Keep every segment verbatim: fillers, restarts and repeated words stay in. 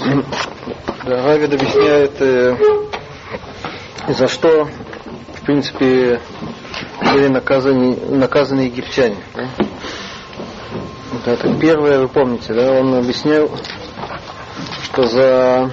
Да, Равид объясняет, э, за что, в принципе, были наказаны, наказаны египтяне. Да? Да, так первое, вы помните, да, он объяснял, что за,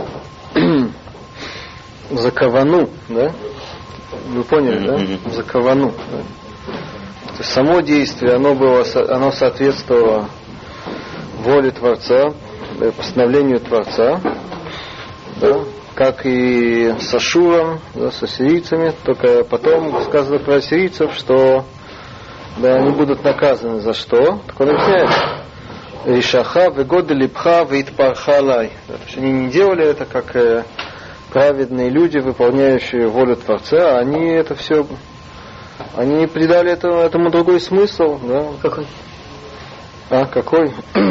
за кавану, да, вы поняли, да, за кавану, да? То есть само действие, оно было, оно соответствовало воле Творца, постановлению Творца, да, как и с Ашуром, да, с ассирийцами, только потом сказано про ассирийцев, что да, они будут наказаны за что? Так он объясняет. Ришаха, вегоды липха, вейтпархалай. То есть они не делали это как э, праведные люди, выполняющие волю Творца, они это все, они придали этому, этому другой смысл. Да? Какой? А, какой?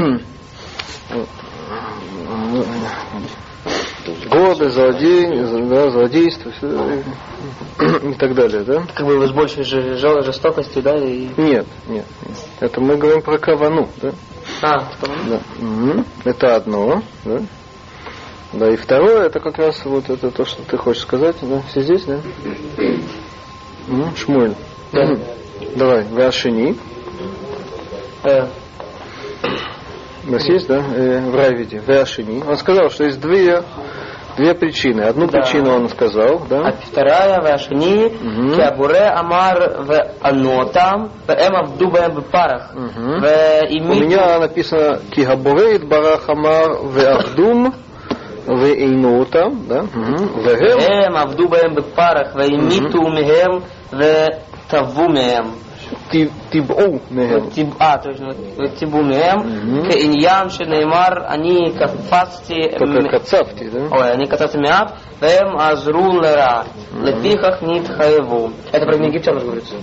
Годы, злодей, да, злодейство и так далее, да? Как бы с большей же жестокостью, да? И... Нет, нет, нет. Это мы говорим про кавану, да? А, кавану? Да. Угу. Это одно, да? Да, и второе, это как раз вот это то, что ты хочешь сказать, да? Все здесь, да? Угу. Шмуэль. Да. Угу. Давай, Вашини. Э. У нас есть, да, э, в Равиде, Вашини. Он сказал, что есть две, две причины. Одну да. причину он сказал, да. А вторая, Вашини, Киабуре Амар в Анотам, в Эмавду Бэм Парах. У меня написано Киабуре Барах Амар в Ахдум в Эйнотам, да. В Эмавду Бэм Парах, в Эймиту Мехем, в Таву Мехем. Тибу меhem. А, точно. Тибу меhem. Кеиньям шенеймар, они кафасти. Только кацавти, да? Ой, они кацавти меат. Вэм азру лера. Лепихах нит хаеву. Это про египтян говорится.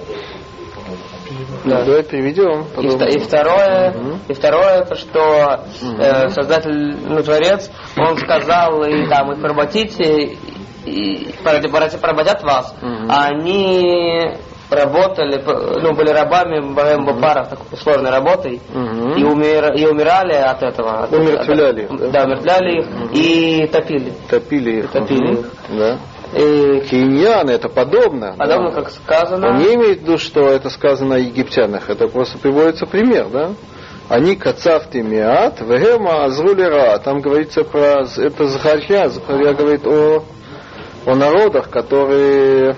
Да. Давай переведем. И, и второе, угу. и второе, то что угу. э, создатель, ну, Творец, он сказал и там их поработите, и поработят вас, угу. а они работали, ну, были рабами в парах, такой сложной работой, угу. и, умер, и умирали от этого. От, умертвляли от, их. Да, да умертвляли их угу. и топили. Топили их. И топили угу. их. Да. И Киньян, это подобно. Подобно, да. как сказано. Он не имеет в виду, что это сказано о египтянах. Это просто приводится пример, да? Они кацавти миат, вегема азрулера. Там говорится про это Захарья. Захарья говорит о, о народах, которые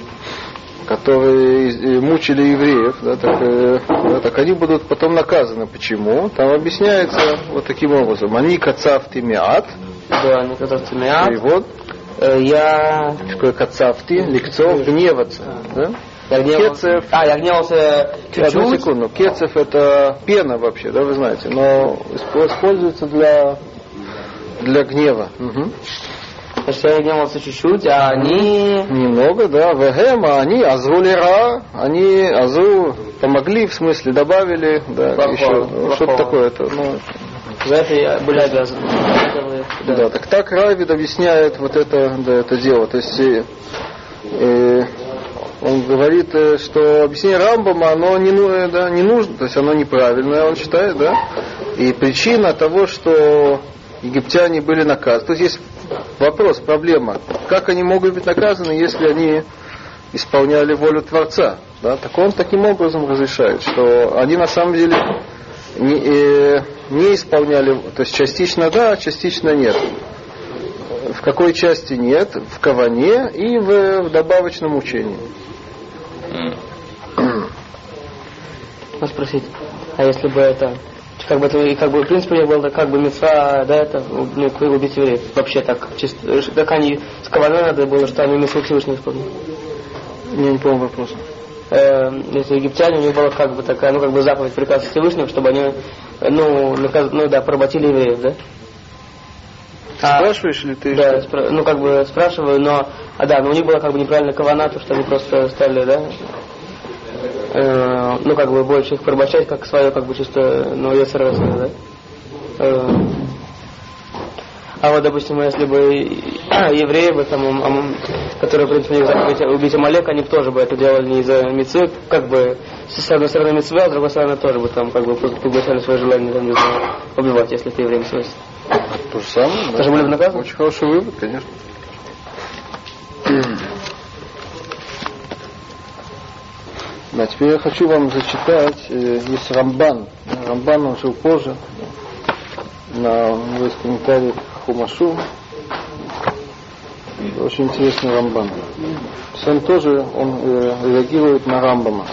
которые мучили евреев, да, так, да, так они будут потом наказаны. Почему? Там объясняется вот таким образом. Они кацавти миат. Да, они кацавти миат. Перевод. Я... Такое кацавти, лекцов, гневаться. Да? Я гневался... Кецев... А, я гневался чуть-чуть. Одну секунду. Кецев это пена вообще, да, вы знаете, но используется для, для гнева. Угу. Значит, я гневался чуть-чуть, а они... Немного, да. Вегема, они азрулера, они азру помогли, в смысле добавили, да, плохого, еще, плохого. Что-то такое. Это, ну... За это я были обязаны. Да. да, так так Равид объясняет вот это, да, это дело. То есть э, э, он говорит, э, что объяснение Рамбама, оно не, э, да, не нужно, то есть оно неправильное, он считает, да. И причина того, что египтяне были наказаны. То есть есть вопрос, проблема, как они могут быть наказаны, если они исполняли волю Творца. Да? Так он таким образом разрешает, что они на самом деле не, э, не исполняли, то есть частично да, частично нет. В какой части нет? В каване и в, в добавочном учении. Можно спросить, а если бы это, как бы это, как бы в принципе не было как бы мицва, да, это, ну, убить евреев, вообще так, чисто, так они с каваной надо было, что они мицву Всевышнего исполнили. Я не помню вопроса. Э, если египтяне, у них была как бы такая, ну как бы заповедь приказ Всевышнего, чтобы они, ну, наказ, ну да, поработили евреев, да? Спрашиваешь а, ли ты? Да, спра- ну как бы спрашиваю, но, а да, но у них была как бы неправильная кавана, то что они просто стали, да, э, ну как бы больше их порабощать, как свое, как бы чисто, ну, ясервесное, да? Э, а вот, допустим, если бы евреи бы там, которые, в принципе, не заповедь убить Амалека, они бы тоже бы это делали не из-за мицвы, как бы с одной стороны мицвы, а с другой стороны тоже бы там как бы поглощали свое желание, там, не знаю, убивать, если это евреи мицвы. То же самое, да. Тоже были бы наказаны? Очень хороший вывод, конечно. Да, теперь я хочу вам зачитать, э, есть Рамбан. Рамбан, он жил позже, на есть комментарий к Хумашу. Очень интересный Рамбан. Он тоже он, э, реагирует на Рамбама.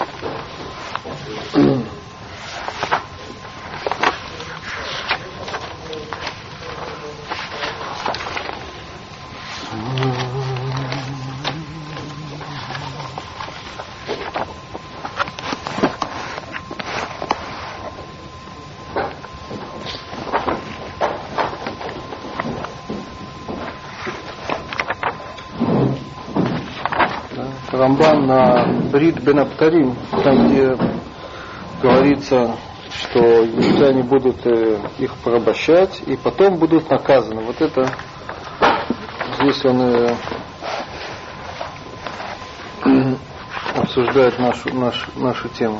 Рамбан на Брит бен Абтарим, там где говорится, что египтяне будут э, их порабощать и потом будут наказаны. Вот это здесь он э, обсуждает нашу, нашу, нашу тему.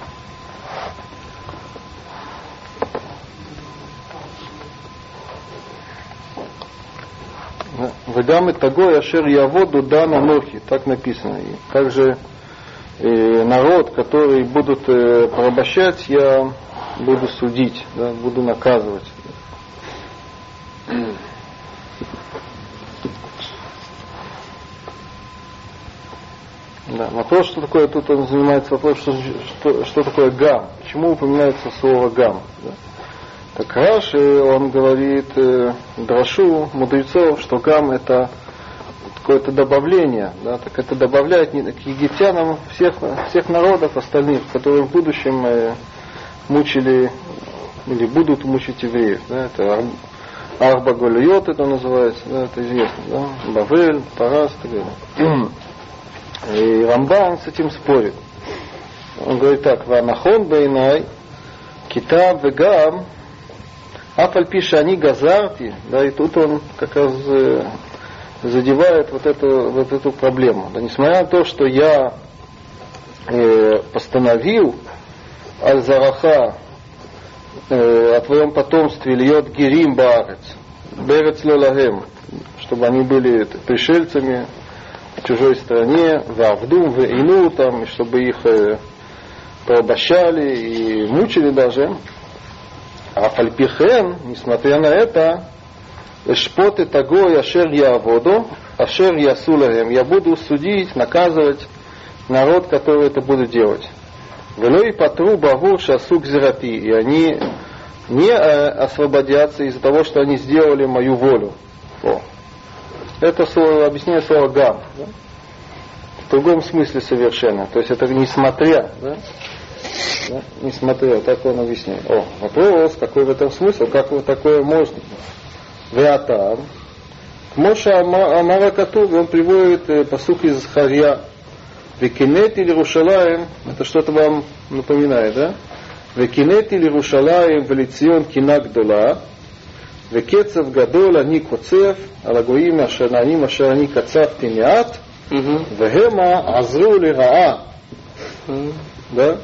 Вегам и тагой ашер яводу дана нохи, так написано. И также э, народ, который будут э, порабощать, я буду судить, да, буду наказывать. Да, вопрос, что такое, тут он занимается вопросом, что, что, что такое гам, почему упоминается слово гам. Да? Так Раши, он говорит э, драшу мудрецов, что гам это какое-то добавление, да, так это добавляет не, к египтянам всех, всех народов остальных, которые в будущем э, мучили или будут мучить евреев. Да, это Арба Голиот, это называется, да, это известно, да, Бавель, Парас и так далее. И Рамбан с этим спорит. Он говорит так: Ванахон бейнай китаб вегам Афальпиша они газарти, да, и тут он как раз э, задевает вот эту, вот эту проблему. Да, несмотря на то, что я э, постановил аль-зараха э, о твоем потомстве льет гирим баарец, берец лолагем, чтобы они были пришельцами в чужой стране, в Авдум, в Ину, там, и чтобы их э, порабощали и мучили даже. А фальпихен, несмотря на это, эшпот и тагой ашер яводу, ашер ясулахем, я буду судить, наказывать народ, который это будет делать. Велой патру бавур шасук зирати, и они не освободятся из-за того, что они сделали мою волю. О. Это слово, объясняет слово гам, да? В другом смысле совершенно. То есть это несмотря, да? Да? Несмотря, так он объясняет. О, вопрос, какой в этом смысл, как вот такое можно? Веатар. Моша Амара Катув, он приводит пасук из Харья. Векинет или Рушалаем, это что-то вам напоминает, да? Векинет или Рушалаем, велицион кинак дола. Векецев гадол ани коцев, алагоим ашананим ашарани кацав тинят. Вегема азру ли раа. Да?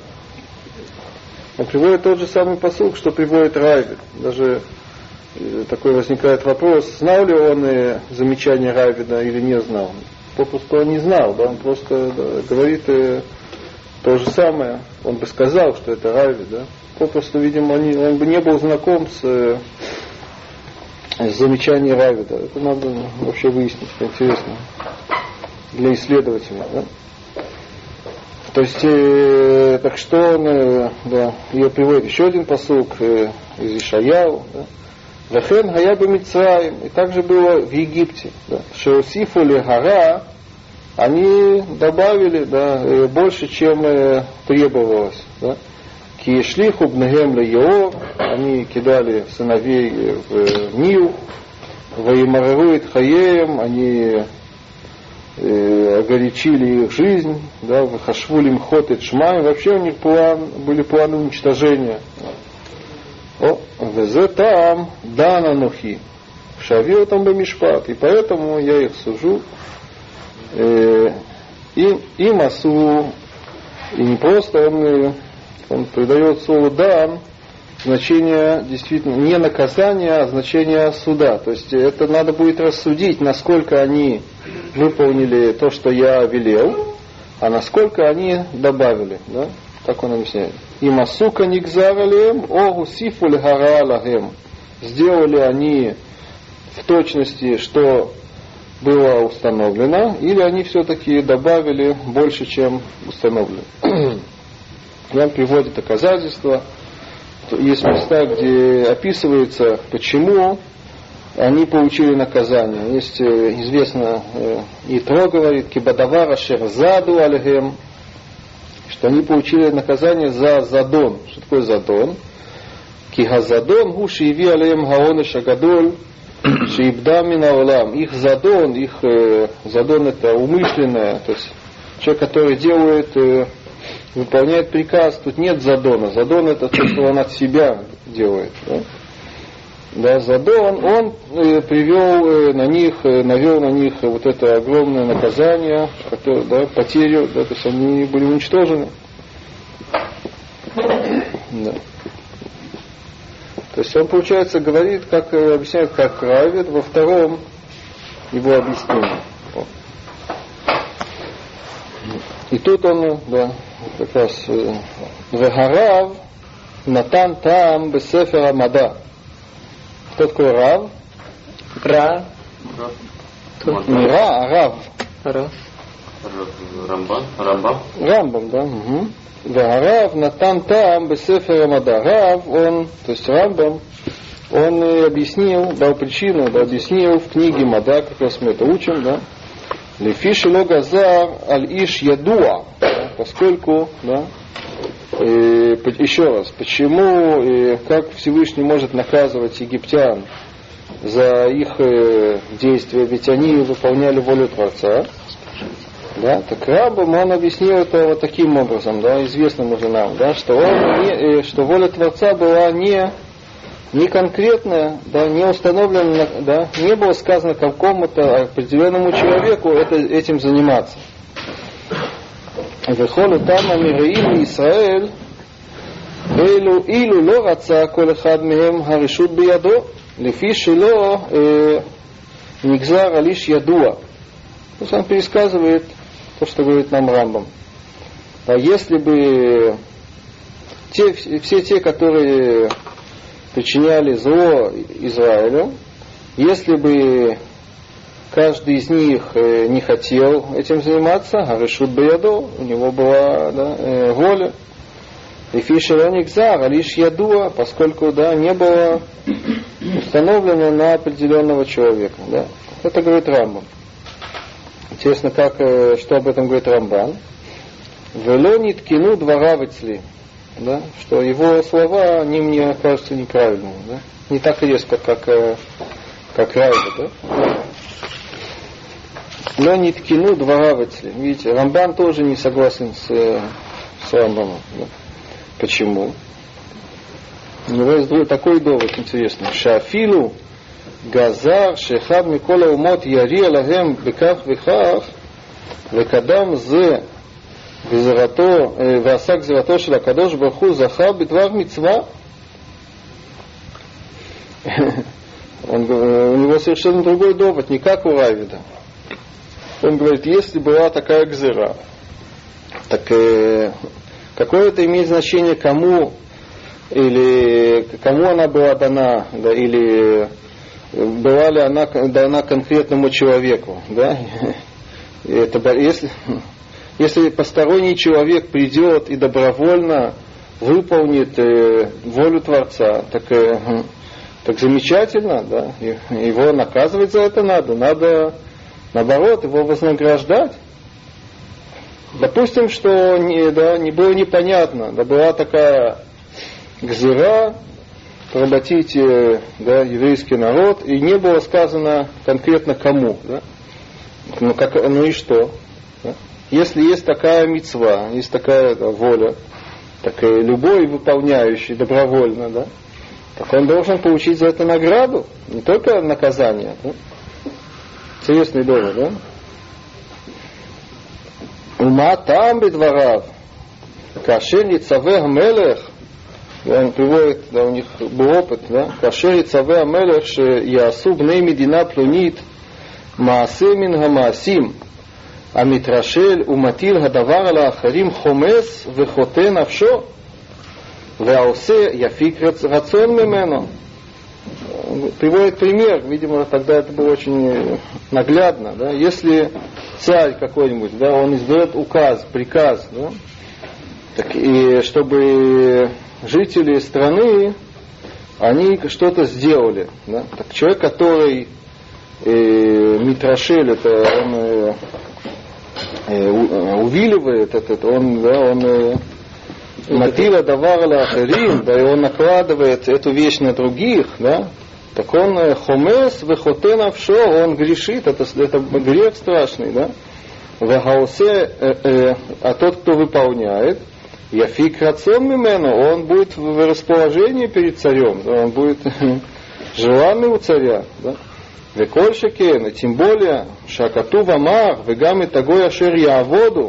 Он приводит тот же самый пасук, что приводит Райвид. Даже такой возникает вопрос, знал ли он э, замечание Райвида или не знал. Попросту он не знал, да, он просто да, говорит э, то же самое. Он бы сказал, что это Райвид, да. Попросту, видимо, он, не, он бы не был знаком с, э, с замечанием Райвида. Это надо вообще выяснить, это интересно для исследователя, да. То есть, э, так что он, э, да, ее приводит еще один пасук э, из Ишаяу, да. Вехен хаяба Мицраим, и также было в Египте, да. Шеосифу лехара, они добавили, да, больше, чем э, требовалось, да. Киешлиху бнегем лееор, они кидали сыновей в, в Нил, воимарует хаеем, они э, огорчили их жизнь, да, вахашвулим хот и шмай, вообще у них план, были планы уничтожения. О, везе там дана нухи, шавил там бемишпат, и поэтому я их сужу. Э, им, им асу, и не просто он, он придает слову дан значение действительно не наказания, а значение суда. То есть это надо будет рассудить, насколько они выполнили то, что я велел, а насколько они добавили. Да? Так он объясняет. Им асука нигзаралем, огу сифуль гаралагем. Сделали они в точности, что было установлено, или они все-таки добавили больше, чем установлено. Он приводит доказательства. Есть места, где описывается, почему они получили наказание. Есть известно, Итро говорит, кибадавара шерзаду алехем, что они получили наказание за задон. Что такое задон? Кигазадон гуши иви алеем гаоныш агадоль шиибда мина олам. Их задон, их э, задон это умышленное, то есть человек, который делает, э, выполняет приказ, тут нет задона. Задон это то, что он от себя делает. Да, да задон, он э, привел э, на них, э, навел на них вот это огромное наказание, которое, да, потерю, да, то есть они были уничтожены. Да. То есть он, получается, говорит, как объясняет, как Равид во втором его объяснении. И тут он, да, как раз Вегарав Натан Там Бесефера Мада. Кто такой Рав? Ра. Не Ра, а Рав. Ра. Рамбам. Рамбам. Рамбам, да. Угу. Рав Натан Там Бесефера Мада. Рав, он, то есть Рамбам, он объяснил, дал причину, да, объяснил в книге Мада, как раз мы это учим, да. Лефиши логазар аль-иш ядуа, поскольку, да, и, еще раз, почему и как Всевышний может наказывать египтян за их э, действия, ведь они выполняли волю Творца. Да, так Рамбам, он объяснил это вот таким образом, да, известным уже нам, да, что, он не, что воля Творца была не, не конкретная, да, не установлена, да, не было сказано какому-то определенному человеку это, этим заниматься. Вехолу там амираим Исраэль илу илу ло раца кол эхад меhem харишут биядо лефи шело нигзар алиш ядуа. То есть он пересказывает то, что говорит нам Рамбам. А если бы те, все те, которые причиняли зло Израилю, если бы каждый из них не хотел этим заниматься, а решут биядо, у него была, да, воля. И фишероникзар, а лишь ядуа, поскольку, да, не было установлено на определенного человека. Да. Это говорит Рамбам. Интересно, как, что об этом говорит Рамбан. «Вело ниткину двора вецли». Да? Что его слова, они мне кажутся неправильными. Да? Не так резко, как, как Райда. Да? «Вело ниткину двора вецли». Видите, Рамбан тоже не согласен с, с Рамбаном. Да? Почему? У него есть такой довод интересный. «Шафилу גזר שאחד מכל האומות יריע להם בכך וכך וקדם זה גזרתו ועשה גזרתו של הקדוש ברוך הוא זכה בדבר מצווה. Он, у него совершенно другой довод, не как у Равида. Он говорит, если была такая гзера, так э, какое это имеет значение, кому или кому она была дана, да, или была ли она дана конкретному человеку, да? Это, если, если посторонний человек придет и добровольно выполнит э, волю Творца, так, э, так замечательно, да? Его наказывать за это надо, надо наоборот его вознаграждать. Допустим, что не, да, не было непонятно, да, была такая гзера, поработить, да, еврейский народ, и не было сказано конкретно кому. Да? Ну, как, ну и что? Да? Если есть такая мицва, есть такая, да, воля, так и любой выполняющий добровольно, да, так он должен получить за это награду, не только наказание. Да? Интересный довод, да? Ума там бедварав, кашер ницавех мелех, Он приводит, да, у них был опыт, да, кашер и цаве амелех, ше ясу бней медина плунит маасе мин хамаасим амитрашель уматил гадавар ала ахарим хомес вехоте навшо веаусе яфик рацион мимену. Приводит пример, видимо, тогда это было очень наглядно, да, если царь какой-нибудь, да, он издает указ, приказ, да, так и чтобы жители страны, они что-то сделали. Да? Так человек, который э, митрашель, это он э, э, увиливает, этот, он, да, он э, матила даварла ахарим, да, и он накладывает эту вещь на других, да, так он э, хомес вехоте навшо, он грешит, это, это грех страшный, да. Вехаусе, э, э, а тот, кто выполняет, яфик рацион мимену, он будет в расположении перед царем, да, он будет желанный у царя. Да. Веколь шекен, тем более, шакату вамар, вегами тагой ашер яводу,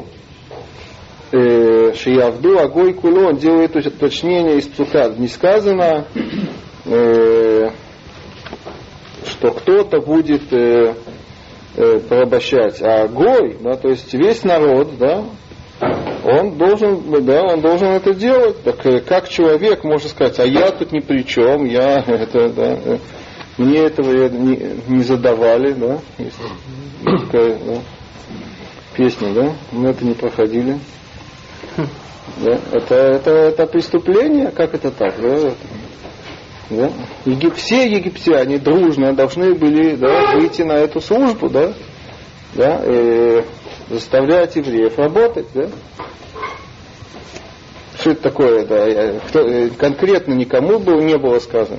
шиявду агой куло, он делает уточнение из псука. Не сказано, э, что кто-то будет э, э, порабощать, а агой, да, то есть весь народ, да, он должен, да, он должен это делать. Так как человек может сказать, а я тут ни при чем, я это, да, мне этого не, не задавали, да, есть такая, да, песня, да, мы это не проходили. Да, это, это, это преступление, как это так, да? Да? Егип, все египтяне дружно должны были, да, выйти на эту службу, да, да, и заставлять евреев работать, да. Что это такое, да, кто, конкретно никому было, не было сказано,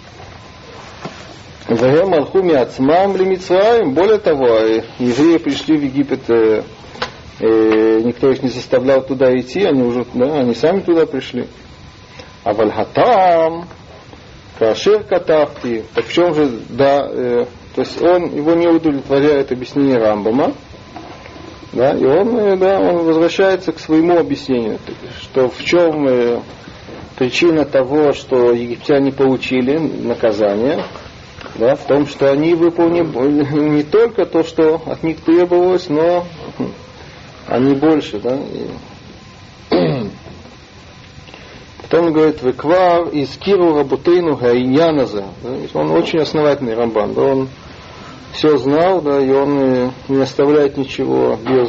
да. Вэгэм алхуми ацмам лимицраим, более того, евреи пришли в Египет, э, э, никто их не заставлял туда идти, они уже, да, они сами туда пришли. А вальхатам кашер катавти, так в чем же, да, э, то есть он, его не удовлетворяет объяснение Рамбама, да, и он, э, да, он возвращается к своему объяснению, что в чем э, причина того, что египтяне получили наказание, да, в том, что они выполнили не только то, что от них требовалось, но они больше, да. И потом он говорит, веквар из киру работейну гаиньяназа. Он очень основательный Рамбан, да, он все знал, да, и он не оставляет ничего без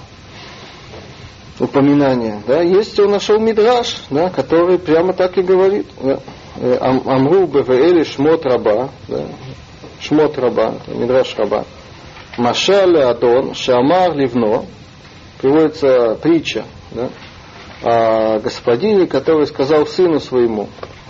упоминания. Да. Есть, он нашел мидраш, да, который прямо так и говорит. Да. Амру бвэли шмот раба, да, шмот раба, мидраш раба. Машаля адон шамар ливно, приводится притча, да, о господине, который сказал сыну своему: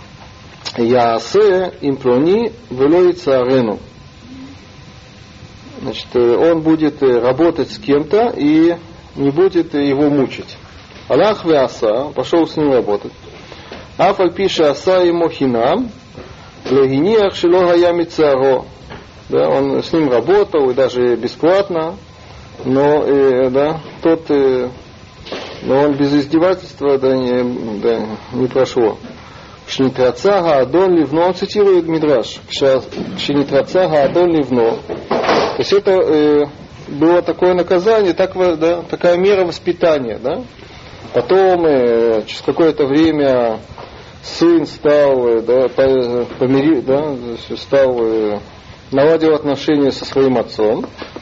Яасе имплони велоица арену. Значит, он будет работать с кем-то и не будет его мучить. Аллах веаса, пошел с ним работать. Афаль пиша аса ему хинам, легиниах шило гая мицаро. Да, он с ним работал и даже бесплатно, но э, да, тот, э, но он без издевательства, да, не, да, не прошло. Шнитрацага адон ливно, он цитирует Мидраш. Шнитрацага адон ливно. То есть это э, было такое наказание, так, да, такая мера воспитания, да. Потом э, через какое-то время сын стал, да, помири, да, стал, э, наладил отношения со своим отцом.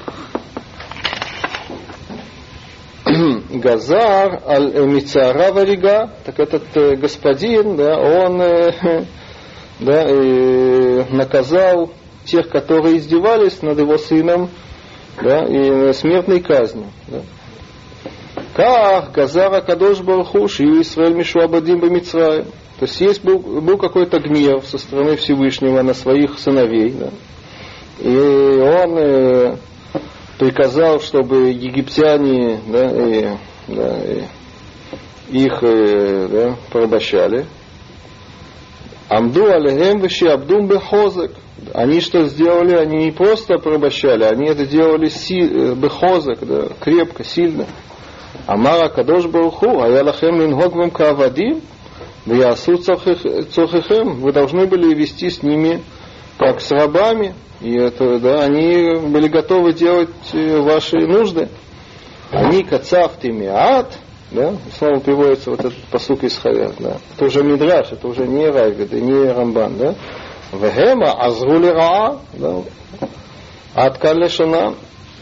Газар аль-Мицара варига, так этот э, господин, да, он э, да, э, наказал тех, которые издевались над его сыном, да, и смертной казнью. Да. Как Газара Кадош Баруху Шию Исраэль Мишуабадим Бамицраим. То есть есть был, был какой-то гнев со стороны Всевышнего на своих сыновей, да, и он э, приказал, чтобы египтяне, да, и, да, и их э, да, порабощали. Амду алехем веши абдум бехозек. Они что сделали? Они не просто порабощали, они это делали си, бехозек, да, крепко, сильно. Амара Кадош Баруху, ая лахем линхог вам каавадим, В Ясу Цохехем, вы должны были вести с ними как с рабами, и это, да, они были готовы делать ваши нужды. Они кацавты миат, да, снова приводится вот этот пасук из Хаят, да. Это уже Мидраш, это уже не Райвид, и не Рамбан, да. Вегема азрули раа, да. Аткаль шана.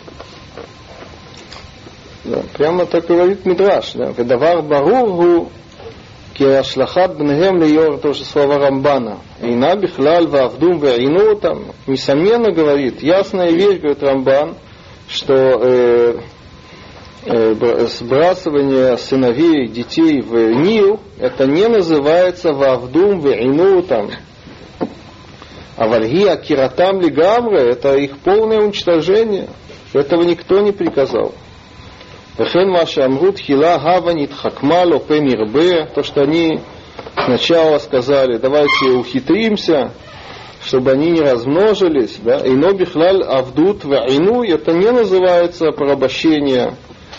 Да, прямо так говорит Мидраш, да. Ведавар барургу киашлахат бнегем лейор, тоже слово Рамбана. Ина бихлаль вавдум веину там. Несомненно говорит, ясная вещь, говорит Рамбан, что э, э, сбрасывание сыновей, детей в Нил, это не называется вавдум веину там. А вальги акиратам лигамре, это их полное уничтожение. Этого никто не приказал. Вехен маша амрут хила хаванит хакмал опе мирбе, то, что они сначала сказали, давайте ухитримся, чтобы они не размножились, да, и но бихлаль авдут ваину, это не называется порабощение.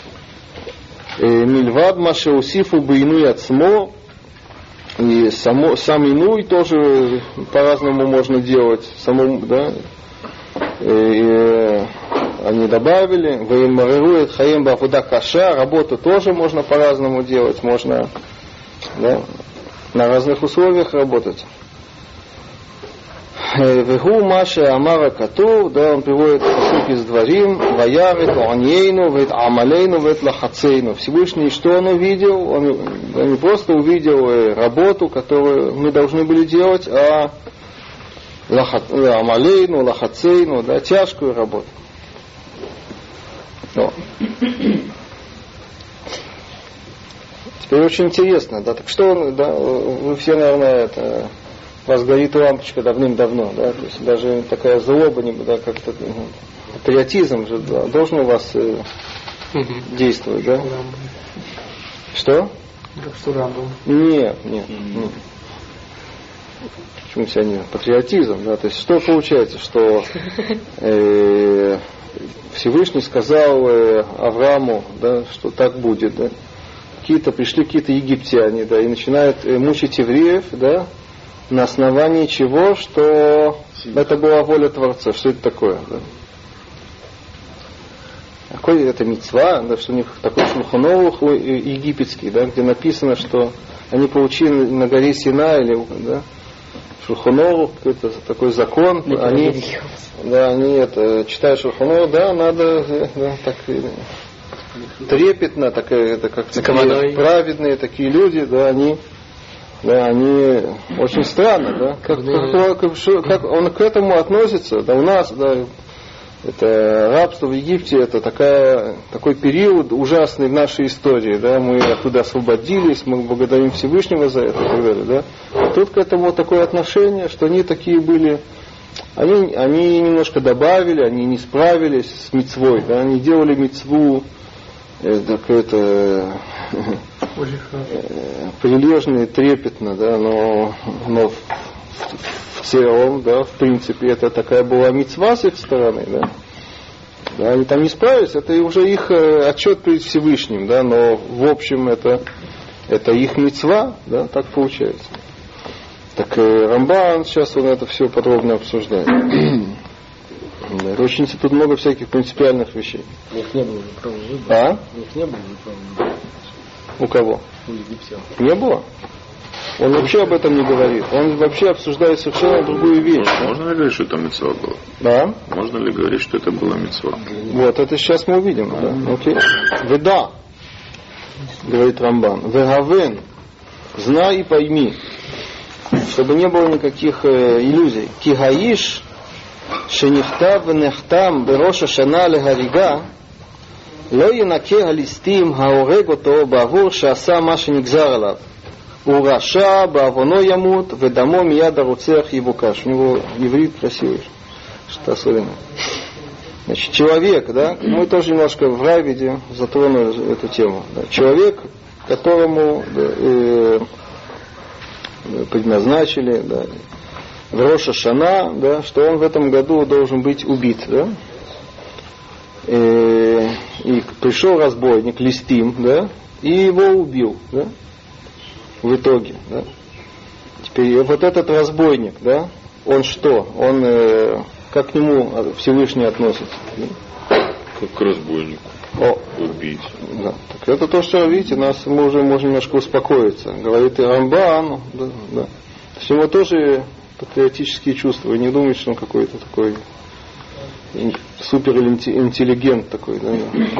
Мильвад маша усифу бейну яцмо, и само, сам инуй тоже по-разному можно делать, самому, да, и, они добавили, ваимарирует хаем бафуда каша, работу тоже можно по-разному делать, можно, да, на разных условиях работать. Вегу маша амара катур, да, он приводит посук из Дворим, ваярит онейну, вет амалейну, вет лахацейну. Всевышний, что он увидел? Он, он не просто увидел работу, которую мы должны были делать, а амалейну, лахацейну, да, тяжкую работу. Но. Теперь очень интересно, да, так что, да, вы все, наверное, это, у вас горит лампочка давным-давно, да, то есть даже такая злоба, да, как-то, ну, патриотизм же, да, должен у вас э, действовать, да? Что? Нет, нет, нет. Почему себя нет? Патриотизм, да, то есть что получается, что э, Всевышний сказал э, Аврааму, да, что так будет, да, какие-то пришли какие-то египтяне, да, и начинают э, мучить евреев, да, на основании чего, что это была воля Творца, что это такое, да. Какой это мицва, да, что у них такой Шулхан Арух египетский, да, где написано, что они получили на горе Синай, или, да, Шулхан Арух, какой-то такой закон, не они, да, они это, читают Шулхан Арух, да, надо, да, так трепетно, такая, это как такие праведные такие люди, да, они, да, они очень странно, да, как, как, как, как он к этому относится, да, у нас, да, это рабство в Египте, это такая, такой период ужасный в нашей истории, да, мы оттуда освободились, мы благодарим Всевышнего за это и так далее, да. А тут к этому такое отношение, что они такие были, они, они немножко добавили, они не справились с мицвой, да, они делали мицву, это какое-то прилежно и трепетно, да, но, но в, в целом, да, в принципе, это такая была мицва с их стороны, да. Да, они там не справились, это уже их отчет перед Всевышним, да, но в общем это, это их мицва, да, так получается. Так Рамбан сейчас он это все подробно обсуждает. Да, очень тут много всяких принципиальных вещей. У них не было права выбора. А? У них не было права выбора. У кого? У египтян. Не было? Он вообще об этом не говорит. Он вообще обсуждает совершенно другую вещь. Можно ли говорить, что это мицва была? Да. Можно ли говорить, что это была мицва? Вот, это сейчас мы увидим. Да? Окей. Веда, говорит Рамбан. Вегавен, знай и пойми, чтобы не было никаких э, иллюзий. Кигаиш שנכתב ונחתם בראש השנה להריגה לא ינקה הליסטים ההורג אותו בעבור שעשה מה שנגזר עליו הוא רשע בעוונו ימות ודמו מיד הרוצח יבוקש. У него иврит красивый, что особенно. Значит, человек, да, мы тоже немножко в Райвиде затронули эту тему, да, человек, которому, да, э, предназначили, да, в Рош ха-Шана, да, что он в этом году должен быть убит, да? И, и пришел разбойник Листим, да, и его убил, да? в итоге. Да? Теперь вот этот разбойник, да, он что? Он э, как к нему Всевышний относится? Да? Как к разбойнику. О, убийцу. Да. Так это то, что, видите, нас мы уже можем немножко успокоиться. Говорит и Рамбан, да, да. То есть у него тоже патриотические чувства. Вы не думаете, что он какой-то такой суперинтеллигент такой, да?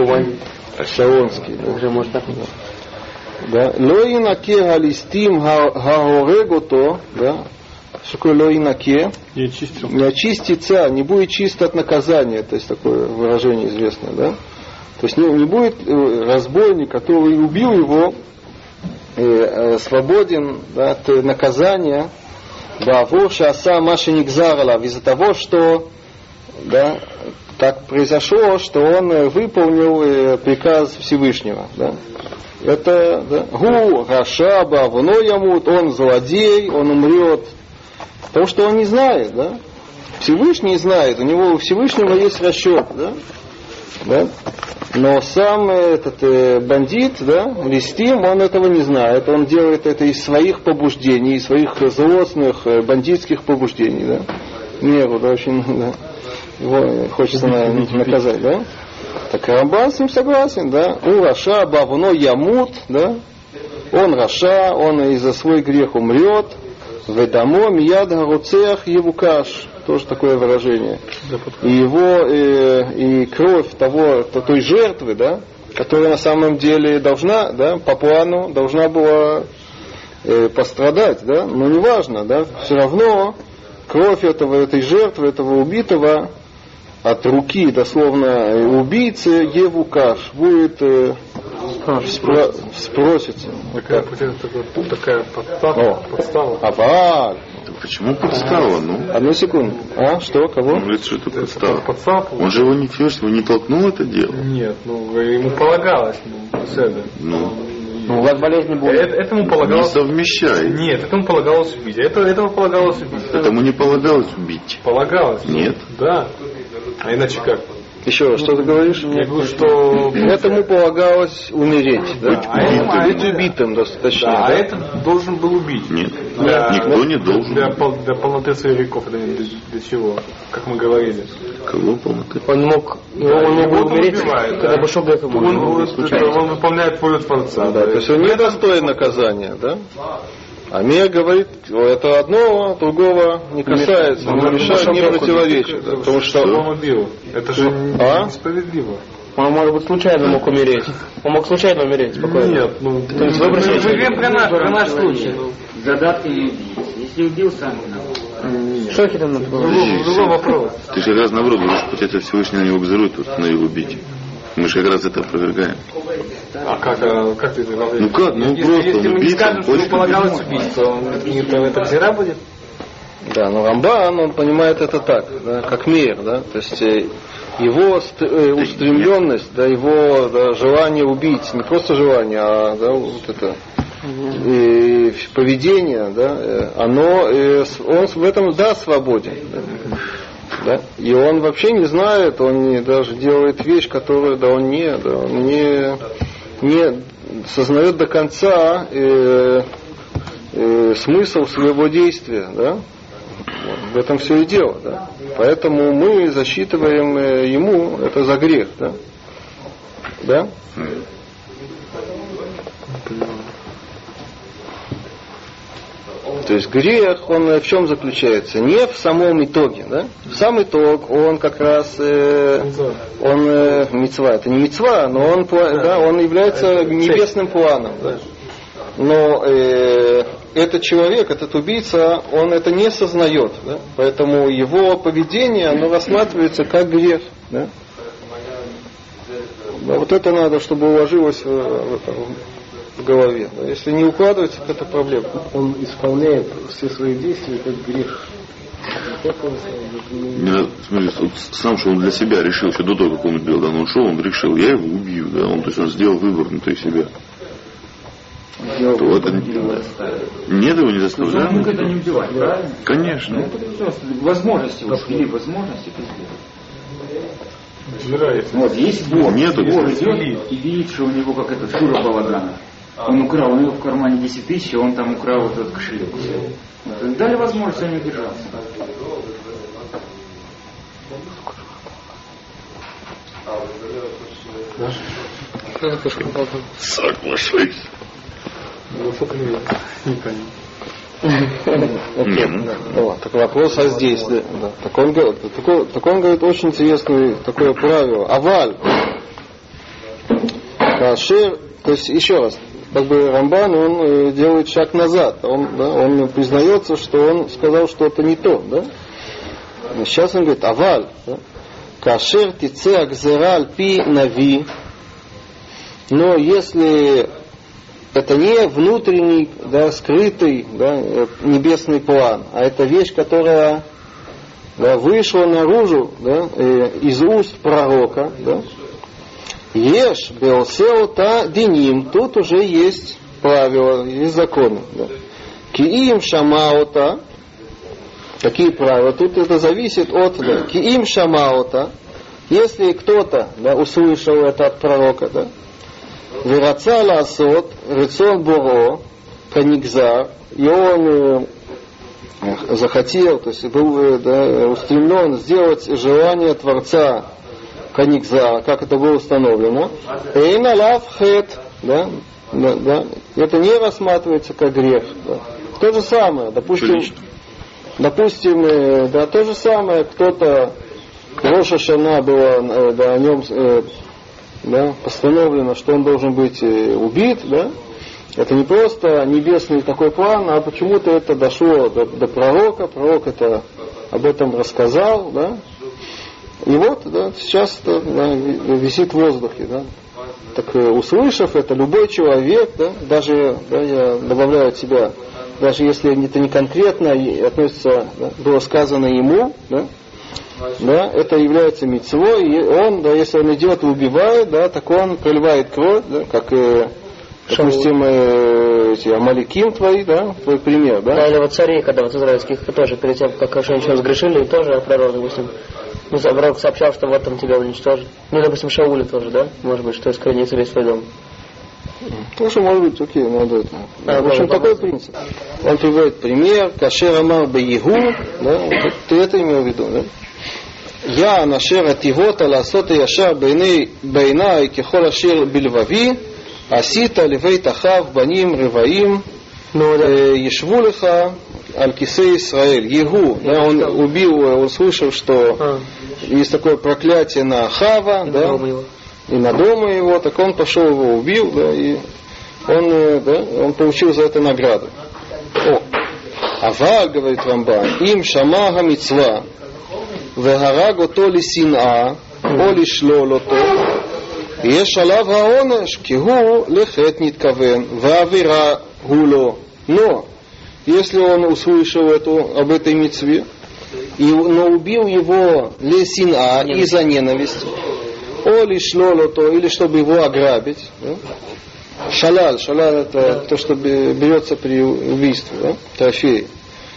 Шаронский. Да. Уже может так. Да. Лоинаке галистим гаорегото, да. Что такое лоинаке? Не очистил. Не очистится, не будет чист от наказания. То есть такое выражение известное, да? То есть не, не будет разбойник, который убил его, э, э, свободен, да, от наказания, да, ворша аса маши нигзарала, из-за того, что, да, так произошло, что он выполнил э, приказ Всевышнего. Да. Это да, гу рашаба вно ямут, он злодей, он умрет, потому что он не знает, да. Всевышний знает, у него у Всевышнего есть расчет, да. Да? Но сам этот э, бандит, да, Листим, он этого не знает. Он делает это из своих побуждений, из своих злостных э, бандитских побуждений. Да? Меру, да, очень, да. Его хочется на, наказать, да? Так Рамбан с ним согласен, да. У Раша бавуно ямут, да. Он Раша, он из-за свой грех умрет. Ведамо мияд гаруцех евукаш. Тоже такое выражение. И его, э, и кровь того, той жертвы, да, которая на самом деле должна, да, по плану должна была э, пострадать, да, но неважно, да, все равно кровь этого, этой жертвы, этого убитого от руки, дословно, убийцы евукаш будет э, спро- спросится. Такая, такая, такая подстава. подстава. Аваль. Почему подстава? Ну, Одну секунду. А, что, кого? он говорит, что это подстава. Подстава. Он же его не его не толкнул это дело. Нет, ну ему полагалось, ну, Седа. Ну, Ну, у вас болезни будет. Это, этому не полагалось. совмещай. Нет, этому полагалось убить. Это, этому полагалось убить. Этому не полагалось убить. Полагалось. Нет. Да. А иначе как? Еще раз, что ты говоришь? Я говорю, что Этому полагалось умереть, да? Быть убитым. Быть убитым, достаточно. да, а Да? этот должен был убить. Нет, Для- никто не должен. Для, пол- для полноты своих веков. Это для, для чего? Как мы говорили. Кого полноты? Он мог, Да, он мог его бы умереть, убивают, когда да. бы шел к этому. Он, он, это, он выполняет волю Творца. Да, то есть он не достоин наказания, да? А Мир говорит, это одного, другого не касается, не мешает, не противоречит. Да, потому Что что... он убил? Это же А? несправедливо. Он, может быть, случайно мог умереть. Он мог случайно умереть, спокойно. Нет, ну... То есть выбросить- мы говорим про наш, про наш случай. Задатки не убить. Если убил, сам виноват. Что это там? Другой, другой вопрос. Ты же как раз наоборот говоришь, что это Всевышний на него взорвет, вот, на его убить. Мы же как раз это опровергаем. А как, а, как ты это говоришь? Ну как, ну Если, просто если он мы не убийца, скажем, он что ему хочет полагалось убить, то он, это, это гзира будет? Да, но Рамбан, он понимает это так, да, как Мир, да, то есть э, его ст- э, устремленность, да, его да, желание убить, не просто желание, а да, вот это э, поведение, да, э, оно, э, с- он в этом, да, свободен. Да. Да? И он вообще не знает, он не даже делает вещь, которую, да, он не, да, он не, не сознает до конца э, э, смысл своего действия, да? В этом все и дело, да? Поэтому мы засчитываем э, ему это за грех, да? Да? То есть грех, он в чем заключается? Не в самом итоге, да? Сам итог, он как раз, э, он э, мицва, это не мицва, но он, пла- да, он является небесным планом, да? Но э, этот человек, этот убийца, он это не сознает, да? Поэтому его поведение, оно рассматривается как грех, да? Да, вот это надо, чтобы уложилось в, в, в голове. Да? Если не укладывается, то это проблема. Он исполняет все свои действия как грех. Не надо, смотри, вот сам, что он для себя решил, еще до того, как он убил, да, он ушел, он решил, я его убью, да, он, то есть он сделал выбор внутри себя. То это не- нет, его не заставляют. Он это не убивать, правильно? Конечно. Возможности, вот ввели возможности это сделать. Нравится. Вот, есть Бог, Нету. Бог идет и видит, что у него как это Шура Балагана. Он украл, у него в кармане десять тысяч, и он там украл вот этот кошелек. Вот. Дали возможность они удержаться. Соглашусь. Вот, так вопрос о действии. Да. Так, он, такой, так он говорит очень интересное такое правило. Аваль. Кашер, то есть еще раз, как бы Рамбан, он делает шаг назад. Он, да, он признается, что он сказал что-то не то. Да? Сейчас он говорит, аваль. Да? Кашер тице акзераль пи нави. Но если это не внутренний, да, скрытый, да, небесный план, а это вещь, которая, да, вышла наружу, да, из уст пророка, да, еш беосеота диним, тут уже есть правила, есть законы. Да. Киим шамаота, какие правила? Тут это зависит от, да, киим шамаота, если кто-то, да, услышал это от пророка, да, Вераца ласот, рецон боро, канигзар, и он э, захотел, то есть был, да, устремлен сделать желание Творца канигзар, как это было установлено. Эйна лав хет, да, да, да, это не рассматривается как грех. Да. То же самое, допустим, допустим, э, да, то же самое, кто-то Роша Шана было, да, о нем э, да, постановлено, что он должен быть убит, да, это не просто небесный такой план, а почему-то это дошло до, до пророка, пророк это об этом рассказал, да, и вот, да, сейчас это, да, висит в воздухе, да. Так услышав это, любой человек, да, даже, да, я добавляю от себя, даже если это не конкретно относится, да, было сказано ему, да, да, это является мицвой, и он, да, если он идет и убивает, да, так он проливает кровь, да, как, э, допустим, э, эти амаликим твои, да, твой пример, да. Да, или вот цари, когда вот израильских тоже перед тем, как что-нибудь сгрешили, тоже пророк, допустим, ну, пророк сообщал, что вот там тебя уничтожат. Ну, допустим, Шауля тоже, да, может быть, что искоренится весь твой дом. Тоже может быть, окей, надо это. А, в общем, такой принцип. Он приводит пример, кашер амар баигу, да, вот ты это имел в виду, да. Я нашер ативота ласот яшар בעיניי ככל אשר בלבבי עשית לבית אחאב בנים רבעים ישבו לך על כיסא ישראל. Егу, да, он убил, он слышал, что есть такое проклятие на Ахава, да, и на дома его, так он пошел его убил, да, и он, да, он получил за это награду. О, Аваль, говорит Рамбан, им шамага мицва והרג אותו לשנאה או לשלול אותו, יש עליו העונש, כי הוא לחטא נתכוון, והעבירה הוא לא. Но, если он услышал эту, об этой мицве, и, но убил его лесина из-за ненависти, о лишлол אותו, или чтобы его ограбить, да? Шалаль, шалаль это то, что берется при убийстве, да? Трофей.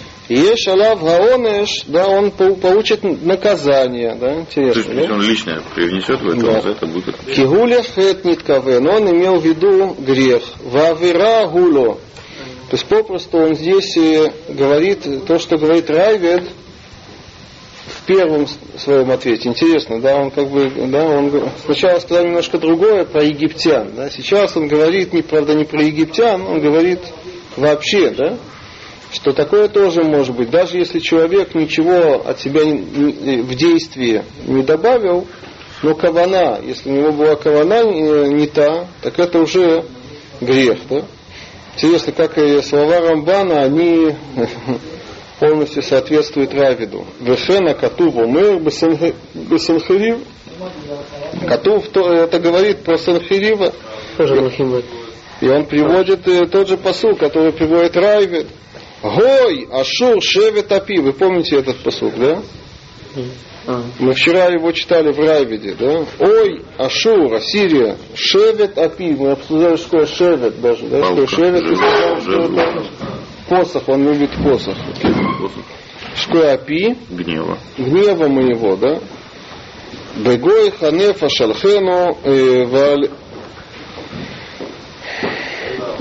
Еш алав гаонеш, да, он получит наказание, да, интересно. То есть, да? Он лично привнесет в это, да. За это будет. Кигуля хэт ниткавен, но он имел в виду грех. Вавира гуло. То есть попросту он здесь говорит то, что говорит Райвед в первом своем ответе. Интересно, да, он как бы, да, он сначала сказал немножко другое про египтян, да, сейчас он говорит, не, правда, не про египтян, он говорит вообще, да, что такое тоже может быть. Даже если человек ничего от себя в действии не добавил, но кавана, если у него была кавана не та, так это уже грех. Да? Интересно, как и слова Рамбана, они полностью соответствуют Равиду. Вешена Катув умер бесанхирив. Катув это говорит про Санхирива. И он приводит тот же пасук, который приводит Равид. Гой, Ашур, Шевет Апи. Вы помните этот пасук, да? Мы вчера его читали в Райвиде, да? Ой, Ашур, Ассирия, Шевет Апи. Мы обсуждали, что такое Шевет даже, да? Что Шевет, и сказал, что это посох, он любит посох. Что Апи? Гнева. Гнева моего, да? Бегой, Ханефа, Шалхену, Валь...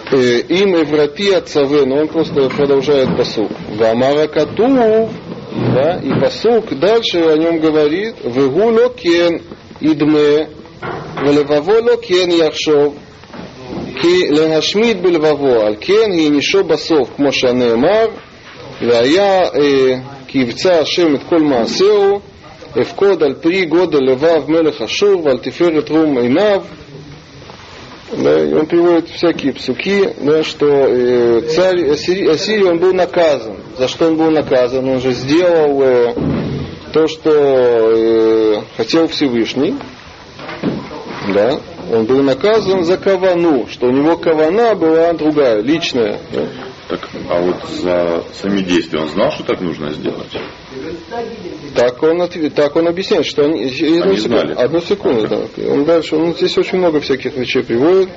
им Еврапи отцаве, но он просто продолжает пасук. Вамара катув, да, и пасук дальше о нем говорит, вегу локен идме, велеваво локен яхшов, ки лehashmid бельваво, аль кен гинишо басов, כמו שנאמר, והיה כי יבצע השם את כל מעשהו, אפקוד על פרי גודל לבב מלך אשור ועל תפארת רום עיניו. Да, и он приводит всякие псуки, да, что э, царь Ассирии, Ассирии он был наказан. За что он был наказан? Он же сделал э, то, что э, хотел Всевышний. Да, он был наказан за кавану, что у него кавана была другая, личная. Да. Так, а вот за сами действия он знал, что так нужно сделать? Так он, так он объясняет, что они, они одну, знали. секунду, одну секунду, да. Он дальше, он здесь очень много всяких вещей приводит.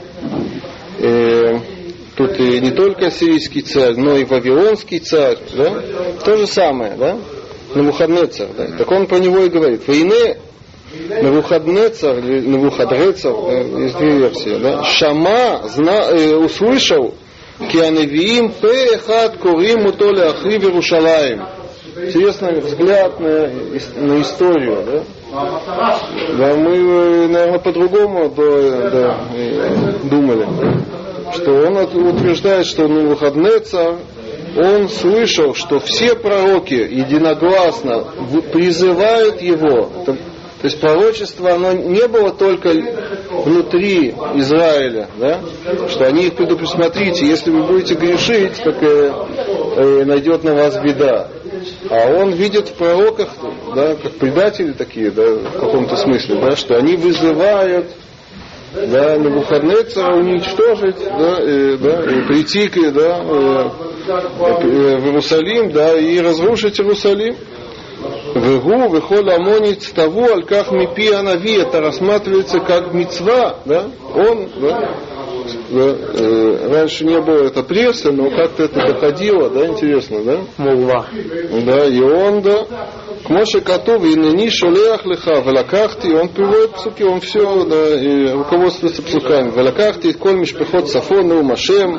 И тут и не только сирийский царь, но и вавилонский царь, да, то же самое, да, Навуходнецар, да. Так он про него и говорит. Войны Навуходнецар, или Навуходрецар, да, есть две версии, да. Шама зна, э, услышал, Кианевиим пе эхад корим уто леахри в Иерушалаим. Интересный взгляд на, на историю, да? Да, мы, наверное, по-другому да, да, думали, что он утверждает, что Навуходнецар, он слышал, что все пророки единогласно призывают его. То есть пророчество, оно не было только внутри Израиля, да? Что они их предупресмотрите, если вы будете грешить, так э, э, найдет на вас беда. А он видит в пророках, да, как предатели такие, да, в каком-то смысле, да, что они вызывают, да, Навуходнецара уничтожить, да, э, да, и прийти да, э, э, в Иерусалим, да, и разрушить Иерусалим. Вегу, вехол амонит того, альках мипи анави, это рассматривается как мицва, да, он, да, да э, раньше не было это пресса, но как-то это доходило, да, интересно, да? Мулла. Да, и он, да, к Моше Катув, и ныни шолеах леха, велакахти, он приводит псуки, он все, да, и руководствуется псуками. Велакахти, коль мишпехот сафон, нау машем,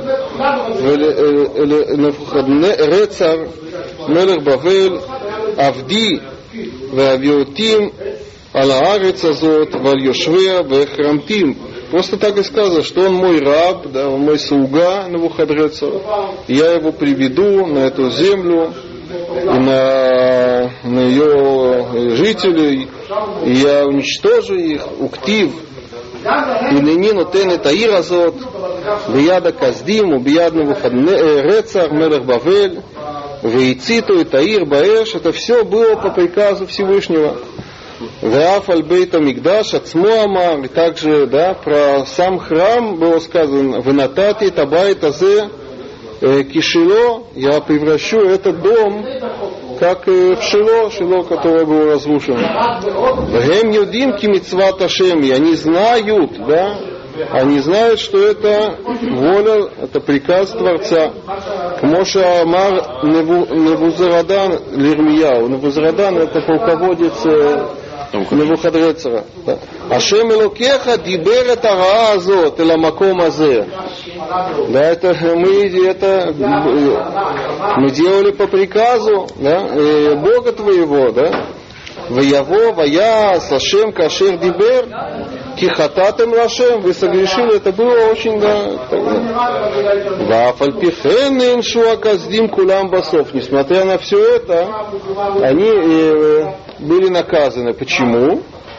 Навуходнецар, мелех Бавель, Авди, Вавиотим, Алаарец Азот, Вальешвея, Вехрамтим. Просто так и сказано, что он мой раб, да, он мой слуга Навуходнецар. Я его приведу на эту землю и на, на ее жителей, и я уничтожу их, уктив. И ныне нотен это ир азот, бияда каздим, убияд Навуходнецар, мелех Бавель. Вейциту и Таир Баэш, это все было по приказу Всевышнего. Веаф аль-бейта мигдаш ацмо амар, и также, да, про сам храм было сказано, венатати табай тазе кишило, я превращу этот дом как в Шило, Шило, которое было разрушено. Гем юдим ки мицват Ашем, и они знают, да, они знают, что это воля, это приказ Творца. Кмоша Амар Навузарадан Лирмияу. Навузарадан это полководец Навуходнецара. Ашем Элокеха дибер эт араа азот эль амаком азе. Да, это мы это мы делали по приказу, да, Бога твоего, да. Ваяво, вая, сашем, кашер, дибер, кихататем лашем, вы согрешили, это было очень, да, вафальпихен иншуа каздим кулам басов. Несмотря на все это, они э, были наказаны. Почему?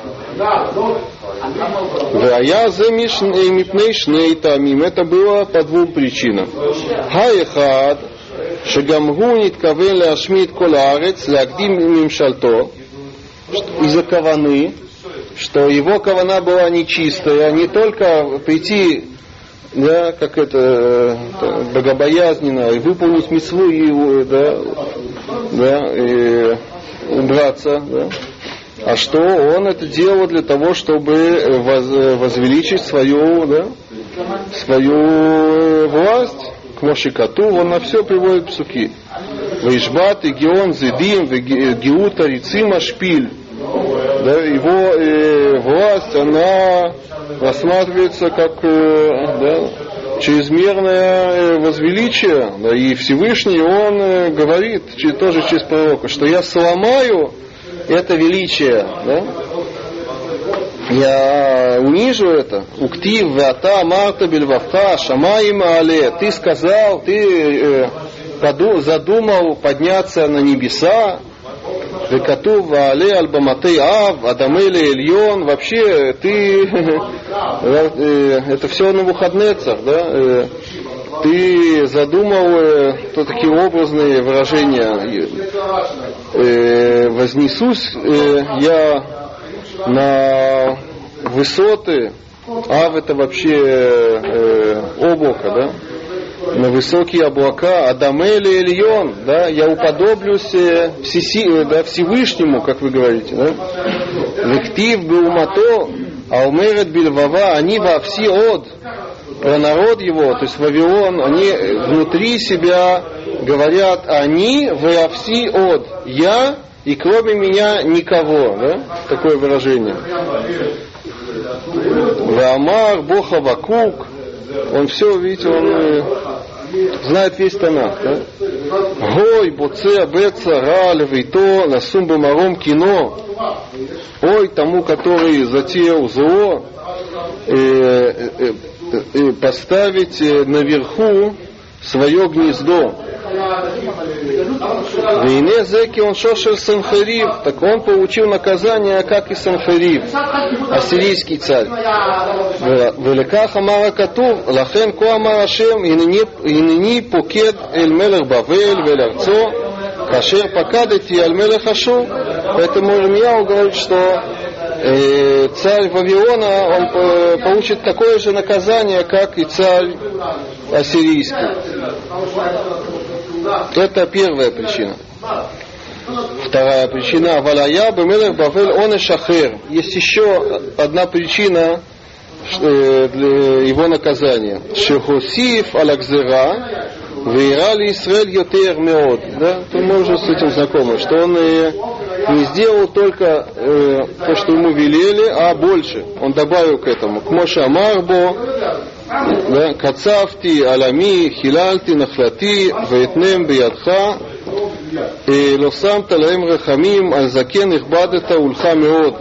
Вая зе мипней шней тамим. Это было по двум причинам. Хаехад, шегамгу ниткавен ляшмит кол аарец, лагдим мимшальто. Из-за каваны, что его кавана была нечистая, не только прийти, да, как это, богобоязненно, и выполнить мицву и, да, да, и убраться, да, а что он это делал для того, чтобы возвеличить свою, да, свою власть. К Моше Катув, он на все приводит псуки. Вейшбат, и Геон, Зедим, Геута, Рицима, Шпиль. Да, его э, власть, она рассматривается как э, да, чрезмерное возвеличие, да, и Всевышний, он говорит тоже через пророка, что я сломаю это величие, да, я унижу это. Уктив вата марта бельвавха шамаим але. Ты сказал, ты э, задумал подняться на небеса. Векатув але альбаматей ав адамеле эльон. Вообще ты это все на Навуходоносор, да? Ты задумал то такие образные выражения. Вознесусь я на высоты, ав это вообще э, облако, да, на высокие облака, Адамели Эльон, да, я уподоблюсь э, всеси, да, Всевышнему, как вы говорите, да, Вектив Беумато, Аумерет Бильвава, они во всеод, про народ его, то есть Вавилон, они внутри себя говорят, они во всеод, я и кроме меня никого, да? Такое выражение. Ваамар, Боха Вакук, он все, видите, он знает весь Танах, да? Гой, Боце, Беца, Раль, Вейто, Насум Бамаром, Кино. Ой, тому, который затеял зло, э, э, э, поставить наверху свое гнездо. Вейне зеки он шошель Санхерив, так он получил наказание, как и Санхерив, ассирийский царь. Великах амара катув, лахен ко амар Ашем, инени покед эль мелех Бавель вель арцо, кашер покадати аль мелех Ашур. Поэтому Ирмияу говорит, что э, царь Вавилона, он э, получит такое же наказание, как и царь ассирийский. Это первая причина. Вторая причина. Валая бемелех Бавель он и шахер. Есть еще одна причина для его наказания. Шехосиф алякзера вейрали Исраэль йотер меод. Да, мы уже с этим знакомы, что он не сделал только э, то, что ему велели, а больше. Он добавил к этому. К Моше Амарбо, кацавти, алами, хилальти, нахлати, вейтнем биядха, лосам талаем рахамим, альзакен ихбадета ульха меод.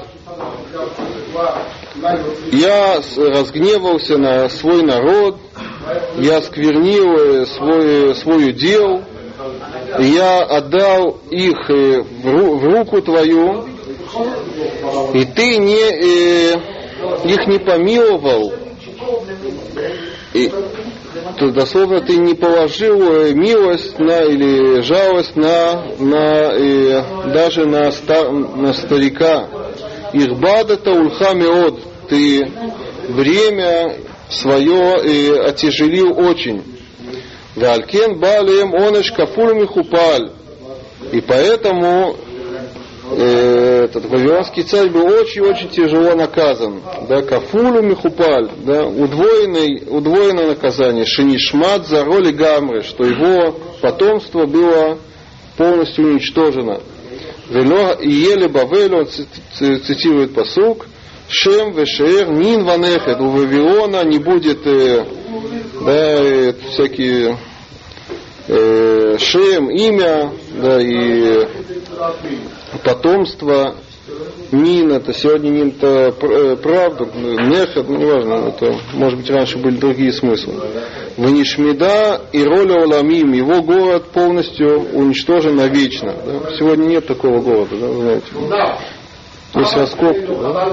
Я разгневался на свой народ, я сквернил свой, свой удел, я отдал их в руку твою, и ты не, их не помиловал, и, то дословно ты не положил милость на, или жалость на, на, и, даже на, стар, на старика. Ихбадата ульха меод, ты время свое и отяжелил очень. Валькен балем онеш кафуль михупаль. И поэтому э, этот вавилонский царь был очень-очень тяжело наказан. Да, кафулю михупаль, да, удвоенный, удвоенное наказание. Шинишмат за роли гамры, что его потомство было полностью уничтожено. И еле Бавель, он цитирует пасук, Шем вешер нин ванехет, у Вавилона не будет э, да, всякие э, Шем, имя, да, и потомство. Нин, это сегодня Нин это правда, Нехет, ну неважно, это, может быть, раньше были другие смыслы. Ванишмида и роля Оламим, его город полностью уничтожен навечно. Да? Сегодня нет такого города, да, знаете. Есть раскопки, да?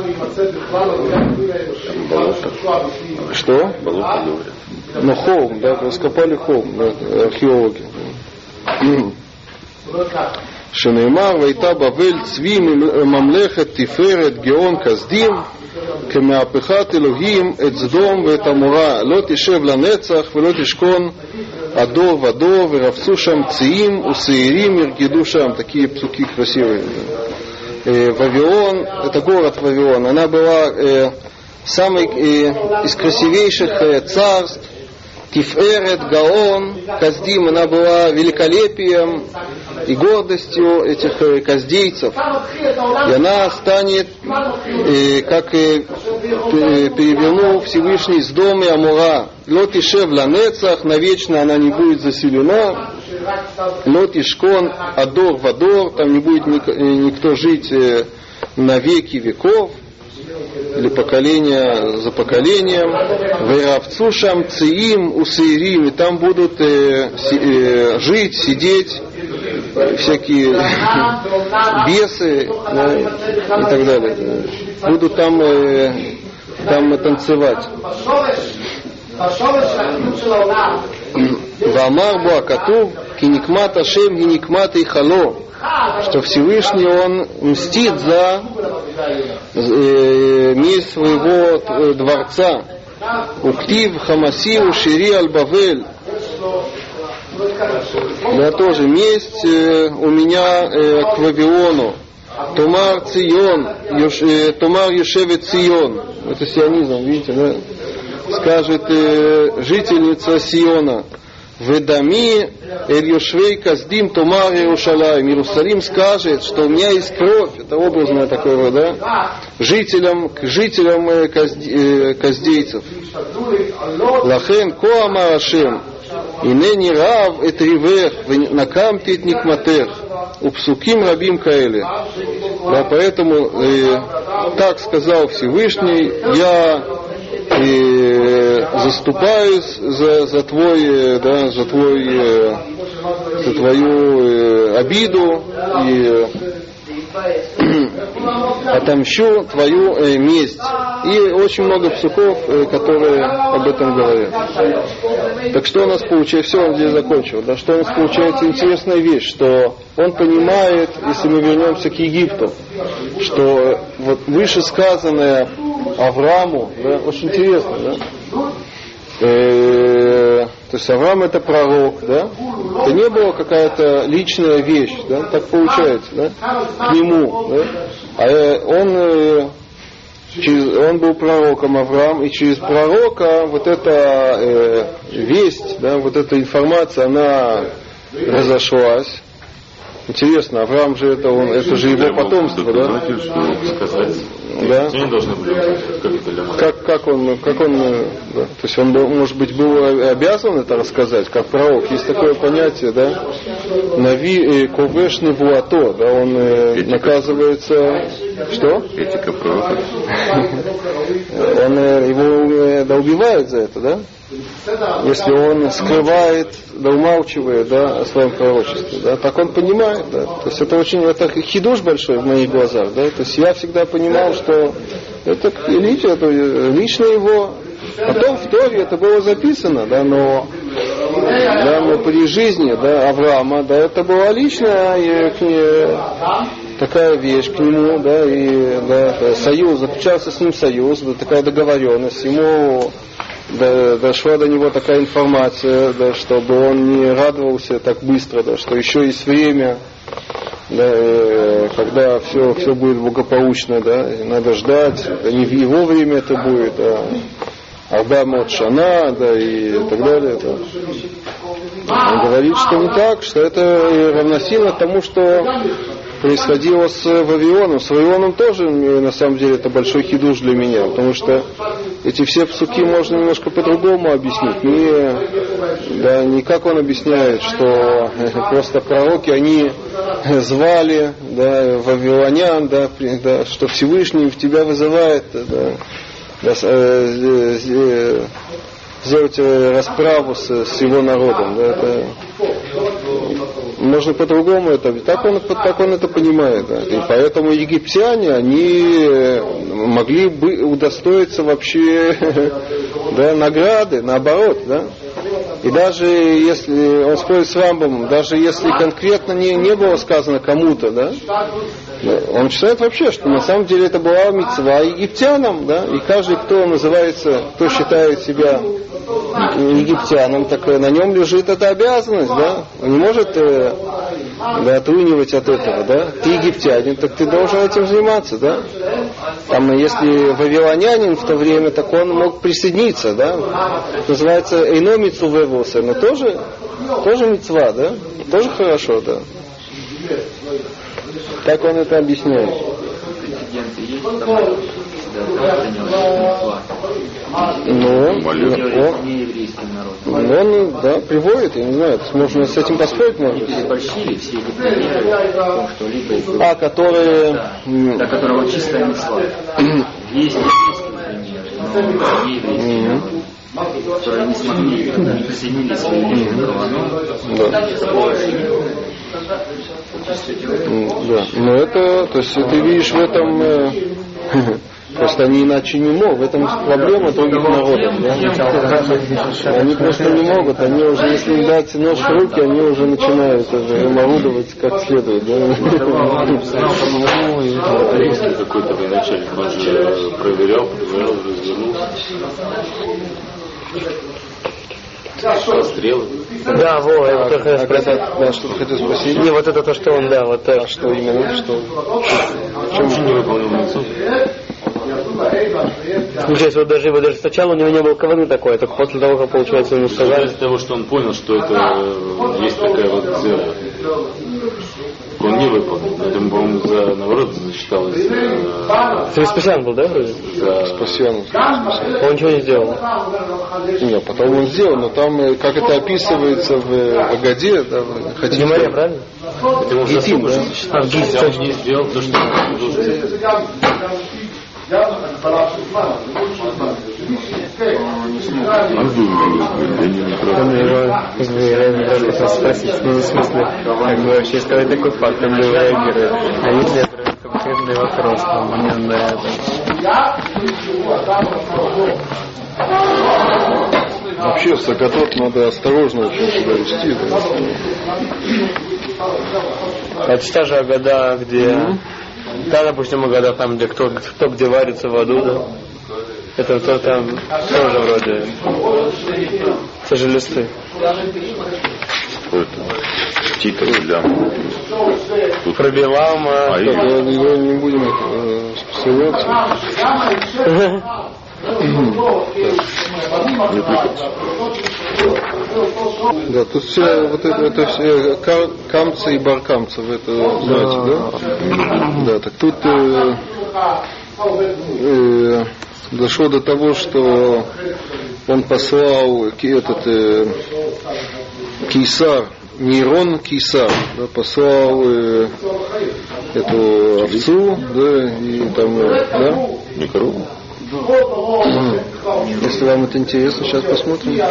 Болото. Что? Болото говорят. Ну, холм, да, раскопали холм, да, археологи. Шенеймар вайта Бавель цви мамлехет тиферет геон каздим кемеапехат элогим эт сдом вэт амура ло тишев ланецах вело тишкон адор вадор веравцу шам циим усеирим иргиду шам. Такие псуки красивые. Э, Вавилон, это город Вавилон, она была э, самой э, из красивейших э, царств, Тиферет, Гаон, Каздим, она была великолепием и гордостью этих э, каздейцев. И она станет, э, как э, перевернул Всевышний с дома Амура. Лот ишев ланецах, навечно она не будет заселена. Лот ишкон адор вадор, там не будет никто жить э, на веки веков. Или поколение за поколением, вейравцушам циим усеирим, и там будут э, си, э, жить, сидеть э, всякие бесы, да, и так далее. Будут там, э, там танцевать. Вамар буакатув киникмат ашем гиникмат и хало, что Всевышний он мстит за э, месть своего э, дворца. Уктив хамаси ушири аль-бавель. Да, тоже месть э, у меня э, к Вавилону. Томар Цион, юш, э, Томар Юшевет Цион. Это сионизм, видите, да? Скажет э, жительница Сиона. Ведами Эль-Юшвей Каздим Томар Иерушалаим. Иерусалим скажет, что у меня есть кровь. Это образное такое, да? Жителям, к жителям э, казди, э, каздейцев. Лахен Коама Ашем. Инени Рав Этривех Накамти Никматех. Упсуким Рабим Каэле. Да, поэтому э, так сказал Всевышний, я и заступаюсь за, за твой, да, за твой, за твою обиду и отомщу твою э, месть. И очень много псуков, э, которые об этом говорят. Так что у нас получается, все, он здесь закончил, да, что у нас получается интересная вещь, что он понимает, если мы вернемся к Египту, что вот вышесказанное Аврааму, да, очень интересно, да, э, то есть Авраам это пророк, да, это не была какая-то личная вещь, да, так получается, да, к нему, да, а он, э, через, он был пророком Авраам, и через пророка вот эта э, весть, да, вот эта информация, она разошлась. Интересно, Авраам же это, он, это же его потомство, да? Да? Как, как он, как он, да? То есть он, был, может быть, был обязан это рассказать, как пророк. Есть такое понятие, да? Нави ковеш невуато, да? Он э, наказывается, что? Этика пророка. Он э, его э, да, убивает за это, да? Если он скрывает, да умалчивает, да, о своем пророчестве, да, так он понимает, да. То есть это очень, это хидуш большой в моих глазах, да. То есть я всегда понимал, что это лично, это лично его. Потом в Торе это было записано, да, но, да, но при жизни, да, Авраама, да, это была личная и, такая вещь к нему, да, и да, союз, заключался с ним союз, да, такая договоренность, ему да, дошла до него такая информация, да, чтобы он не радовался так быстро, да, что еще есть время, да, э, когда все, все будет благополучно, да, и надо ждать, да, не в его время это будет, а Адам от Шана, да, и так далее. Да. Он говорит, что не так, что это равносильно тому, что происходило с Вавилоном. С Вавилоном тоже, на самом деле, это большой хидуш для меня, потому что эти все псуки можно немножко по-другому объяснить. Не, да, не как он объясняет, что просто пророки, они звали, да, вавилонян, да, да, что Всевышний в тебя вызывает, да, да, э, э, сделать расправу с, с его народом. Да, это, можно по-другому это. Так он, так он это понимает. Да. И поэтому египтяне, они могли бы удостоиться вообще да, награды, наоборот. Да. И даже если, он спорит с Рамбамом, даже если конкретно не, не было сказано кому-то, да, он считает вообще, что на самом деле это была мицва египтянам, да, и каждый, кто называется, кто считает себя египтянам, так на нем лежит эта обязанность, да, он не может э, да, отрунивать от этого, да, ты египтянин, так ты должен этим заниматься, да, Там, если вавилонянин в то время, так он мог присоединиться, да? Называется эйно мицу вевосе, но тоже, тоже мицва, да? Тоже хорошо, да? Так он это объясняет. Ну, он, он, да, приводит, я не знаю, можно с этим поспорить, может. Переборщили все эти примеры о том, что либо... А, которые... Да, да, которого чисто не слава. Есть еврейские примеры, но не еврейские, которые не смогли, не присоединились к еврейскому кавану. Да, но это, то есть ты видишь в этом... Э, просто они иначе не могут. В этом проблема других народов. Да? Они просто не могут. Они уже, если им дать нож в руки, они уже начинают им орудовать как следует. Да? Римский какой-то военачальник, он же проверял, проверял, развернулся. Стрелы. Да, во, я вот хотел спросить. Да, что ты хотел спросить? Не, вот это то, что он, да, вот это. А что именно? Что? В чем же не выполнил митцвот? Получается, вот даже, вот даже сначала у него не было каваны такой, только после того, как, получается, ему сказали. Из-за того, что он понял, что это есть такая вот зера. Он не выполнил. Поэтому, по-моему, за, наоборот, засчиталось. Ты Веспасиан был, да, вроде? За... Спасибо. Он ничего не сделал. Нет, потом он сделал, но там, как это описывается в Агаде, да, в Гемаре, правильно? Это Гитин, да? А, в Гитин, он не сделал то, что он должен сделать. Я хотел спросить, ну, в смысле, как бы вообще сказать такой факт, как бы реагирует. А если это конкретный вопрос, там, момент на это. Вообще в Сагатот надо осторожно очень себя вести. Да? Это та же Агада, где... Mm-hmm. Да, допустим, Агада там, где кто, кто где варится в аду, да? Это то там тоже вроде... Это же листы. Это птица для... Про Билама... А его не будем э, ссылаться. Да, тут все вот это, это все камцы и баркамцы, вы это знаете, да? Да, так тут э, э, дошло до того, что он послал этот э, Кейсар, Нейрон Кейсар, да, послал э, эту овцу, да, и там, э, да? Не корову? Mm. Если вам это интересно, сейчас посмотрим.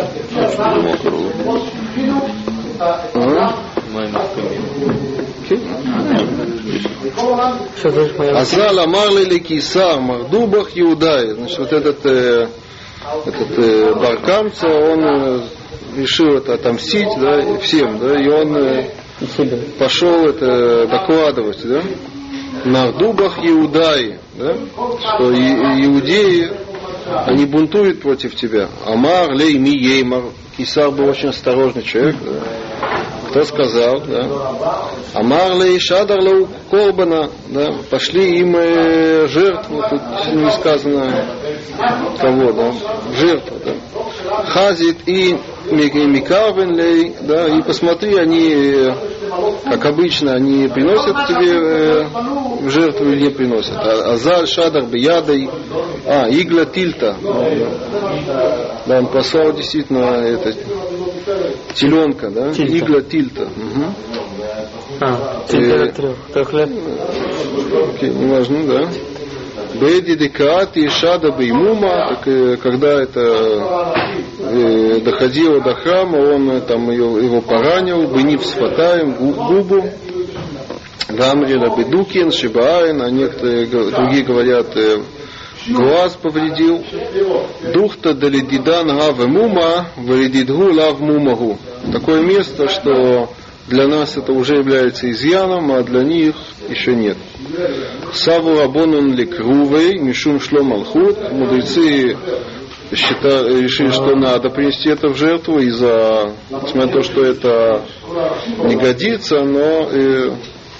Азал Амарли Лекисар Мардубах Иудай. Значит, вот этот, э, этот э, баркамца, он э, решил это отомстить, да, всем, да, и он э, пошел это докладывать, да. На дубах Иудаи, да? Что и, иудеи, они бунтуют против тебя. Амар лей ми еймар. Кисар был очень осторожный человек. Да? Кто сказал? Да? Амар лей шадар лау корбана. Да? Пошли им э, жертву. Тут не сказано кого, да? Жертву. Да? Хазит и микавен лей. Да? И посмотри, они, как обычно, они приносят тебе э, в жертву или не приносят. Азаль шадар биядай. А, игла тильта. Да, он послал действительно это, теленка, да? Тильта. Игла тильта. Угу. А, тильта трех, трех лет. Окей, не важно, да. Беди декаат и шада беймума, так, когда это э, доходило до храма, он там его, его поранил, бенив сфатаем, губу, дамрила бедукин, шибаин, а некоторые другие говорят, э, глаз повредил. Духта далидидан гаве мума, валидидгу лав мумагу. Такое место, что для нас это уже является изъяном, а для них еще нет. Саву абонун лекрувей, мишум шлом алхут. Мудрецы считали, решили, что надо принести это в жертву, из-за, несмотря на то, что это не годится, но э,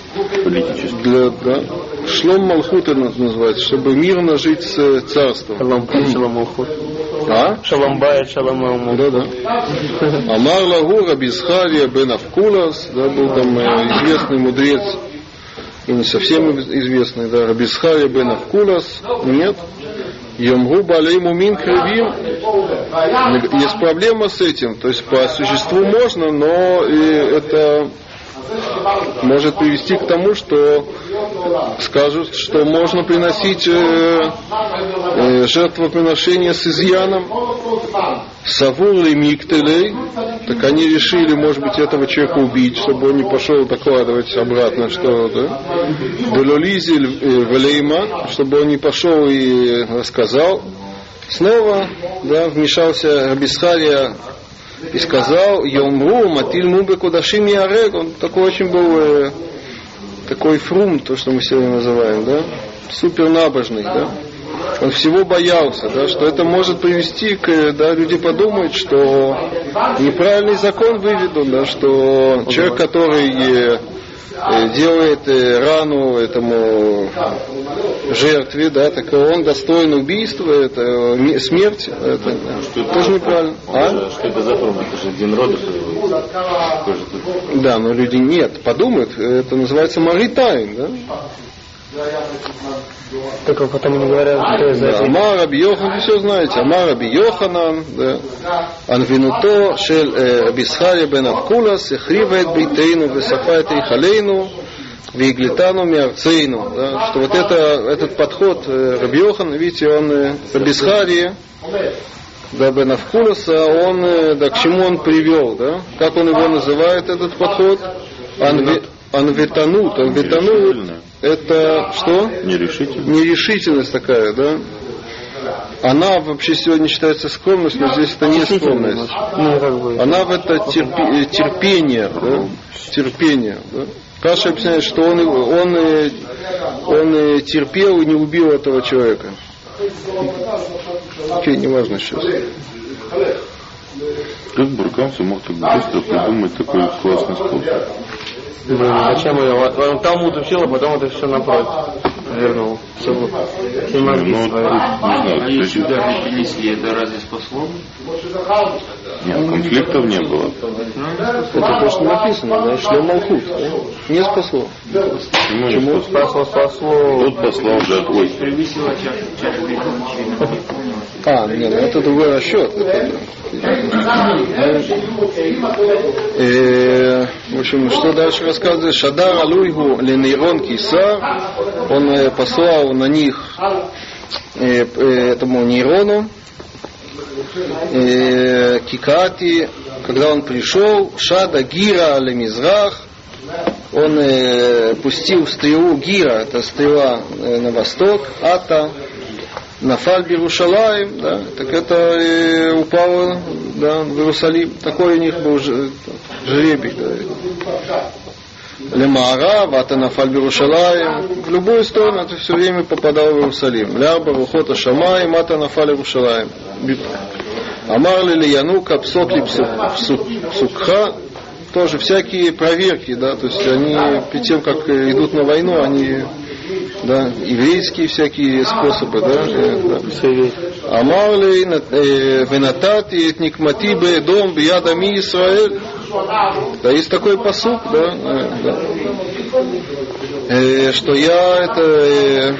Политически. Для, да, Шлом Малхут это называется, чтобы мирно жить с царством. Шалом Малхут. А? Шалом Байт, Шалом Малхут. Да, да. Амар Лагу Раби Зхария бен Авкулас, да, был там известный мудрец, и не совсем известный, да, Раби Зхария бен Авкулас, нет. Йомгу балей мумин кривим. Есть проблема с этим. То есть по существу можно, но и это может привести к тому, что скажут, что можно приносить э, э, жертвоприношение с изъяном. Савур и миктелей. Так они решили, может быть, этого человека убить, чтобы он не пошел докладывать обратно, что, да? Делолизиль велейма, чтобы он не пошел и рассказал. Снова, да, вмешался Раби Зхария и сказал: Йомру, Матиль Мубе Кудашим Ярег. Он такой очень был э, такой фрум, то, что мы сегодня называем, да, супернабожный, да. Он всего боялся, да, что это может привести к, да, люди подумают, что неправильный закон выведен, да, что человек, который э, делает э, рану этому жертве, да, так он достоин убийства, это смерть, это что тоже неправильно. А? Что это за форма? Это же Дин Родов. Да, но люди нет, подумают, это называется маритайн, да? Только потому не говорят, что из-за этого. Амар Раби Йохан, вы все знаете. Амар Раби Йоханан, да. Анвинуто шел Раби Зхария бен Авкулас, эхрива эт бейтейну, весафа эт ихалейну, виглитану миарцейну. Что вот это, этот подход Раби Йохан, видите, он Раби Зхария, да, бен Авкуласа, он, да, к чему он привел, да? Как он его называет, этот подход? Анви, анветанут, анветанут. Это что? Нерешительность. Нерешительность такая, да? Она вообще сегодня считается скромностью, но здесь это не скромность. Ну, как бы. Она в это терпи, терпение, да? Терпение, да? Каша объясняет, что он, он, он терпел и не убил этого человека. Окей, неважно сейчас. Как Бурканцев мог так быстро придумать такой классный способ? Блин, зачем его? Он Талмуд учил, а потом это все напротив вернул. Все, все мозги Ну, свои. не знаю, Они то есть- сюда не принесли, это разве спасло? нет, конфликтов не было. Это то, что написано, да? Шло Малхут, да? Не спасло. Почему не Почему? спасло? Спасло, спасло. Тут послал же, ой, Превысила чашу, чашу греха. А, нет, ну это другой расчет. Это, э, в общем, что дальше рассказывает? Шадар алуйгу ленейрон кисар. Он э, послал на них э, э, этому нейрону э, Кикати, когда он пришел, Шада Гира алемизрах. Он э, пустил стрелу Гира, это стрела э, на восток, Ата Нафаль Берушалаим, да, так это э, упало, да, в Иерусалим. Такой у них был ж, жребий. Да. Лемаара, Вата Нафаль Берушалаим. В любую сторону это все время попадало в Иерусалим. Ляба, Рухота Шамай, Мата Нафаль Берушалаим. Амар ли Янука, Псокли Псукха. Тоже всякие проверки, да, то есть они перед тем, как идут на войну, они, да, еврейские всякие способы, да, да. Амарли венатати никмати бедом биядами Исраэль. Да, есть такой пасук, да, да, э, что я это э,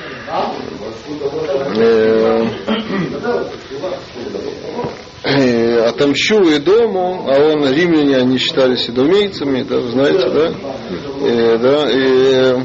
э, отомщу Эдому, а он, римляне, они считались идомейцами, да, вы знаете, да, э, да, и,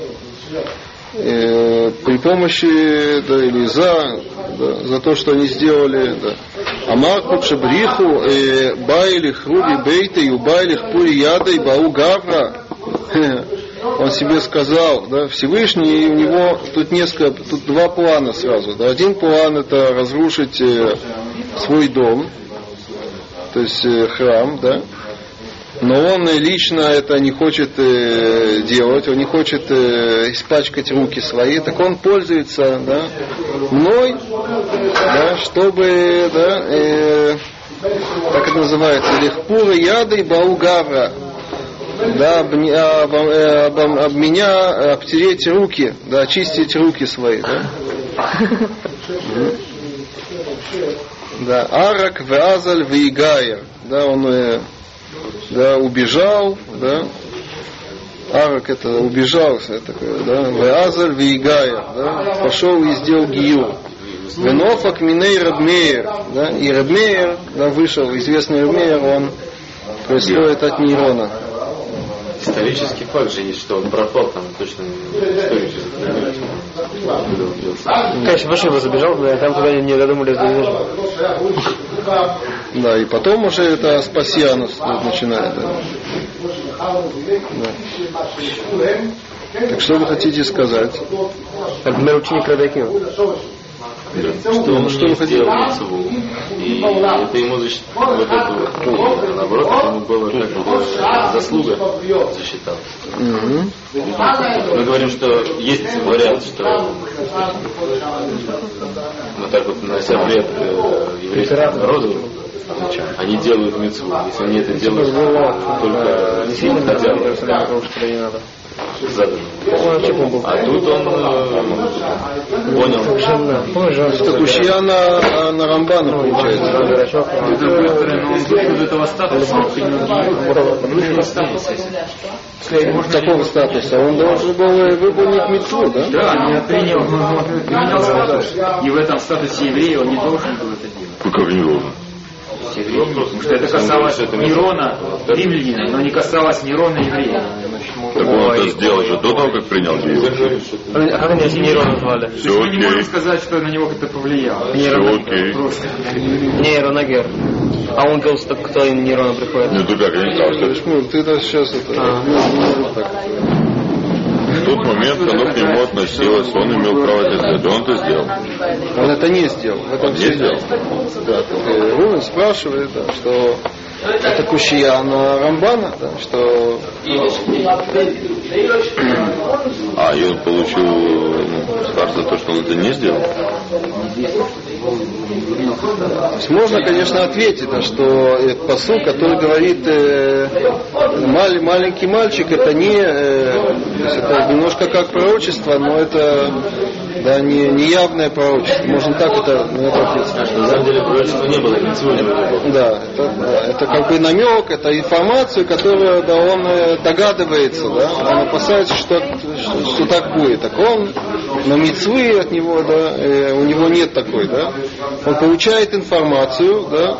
э, при помощи, да, или за, да, за то, что они сделали, да. Амаку Шабриху э, Байлих Руби Бейта и Убайлих Пури Яда и Бау Гавра. Он себе сказал, да, Всевышний, и у него тут несколько, тут два плана сразу. Да. Один план — это разрушить э, свой дом, то есть э, храм, да. Но он лично это не хочет э, делать, он не хочет э, испачкать руки свои, так он пользуется, да, мной, да, чтобы, да, э, как это называется, лихпура яда и бау гавра, да, об, об, об, об, об меня обтереть руки, да, очистить руки свои, да. Да, Арак, Веазаль, Веигайер, да, он да, убежал, да. Арак это убежал, это, да, Веазаль, Веигайер, да, пошел и сделал гиюр. Венофак Миней Рабмеер, да, и Рабмеер, да, вышел, известный Рабмеер, он происходит от Нейрона. Исторический факт же есть, что он пропал, там точно исторически. Конечно, больше его забежал, да, там туда не додумались добежать. Да, и потом уже это Спасианус начинает. Да. Да. Так что вы хотите сказать? Например, ученик Рабиакива. Что он что не сделал мицву. И это ему защит... вот это, наоборот, ему было как бы заслуга засчитал. Угу. Мы говорим, что есть вариант, что вот так вот нанося вред еврейскому народу, они делают мицву. Если они это делают, только хотя задан. А тут он понял. Что Кушья на, на Рамбана получается. С другой стороны, он из этого статуса Какого статуса? Он должен был выполнить мицву, да? Да, он принял, принял статус. И в этом статусе еврея он не должен был это делать. Ну как не должен? Потому что это касалось Нерона, римлянина, но не касалось Нерона, еврея. Так он это сделал же до того, как принял Гиюр. А как они Нерона звали? То есть мы не можем сказать, что на него как-то повлияло. Окей. Нейронагер. А он говорил, что кто им Нерона приходит? Ну ты как, я не знал, что Шмуль, ты это сейчас это... в тот момент оно к нему относилось, он имел право это сделать, он это сделал. Он это не сделал. В этом Не сделал? Да, Рувен спрашивает, да, что это Кушья на Рамбана, да, что... А, и он получил ну, стар за то, что он это не сделал? То есть можно, конечно, ответить, да, что посыл, который говорит э, мал, маленький мальчик, это не э, то есть это немножко как пророчество, но это да, не, не явное пророчество. Можно так это, на это ответить. На самом деле пророчества не было, ничего не было. Да, это, да, это как бы намек, это информация, которую да, он э, догадывается, да, он опасается, что, что, что так будет. Так он на мицвы от него, да, э, у него нет такой, да. Он получает информацию, да,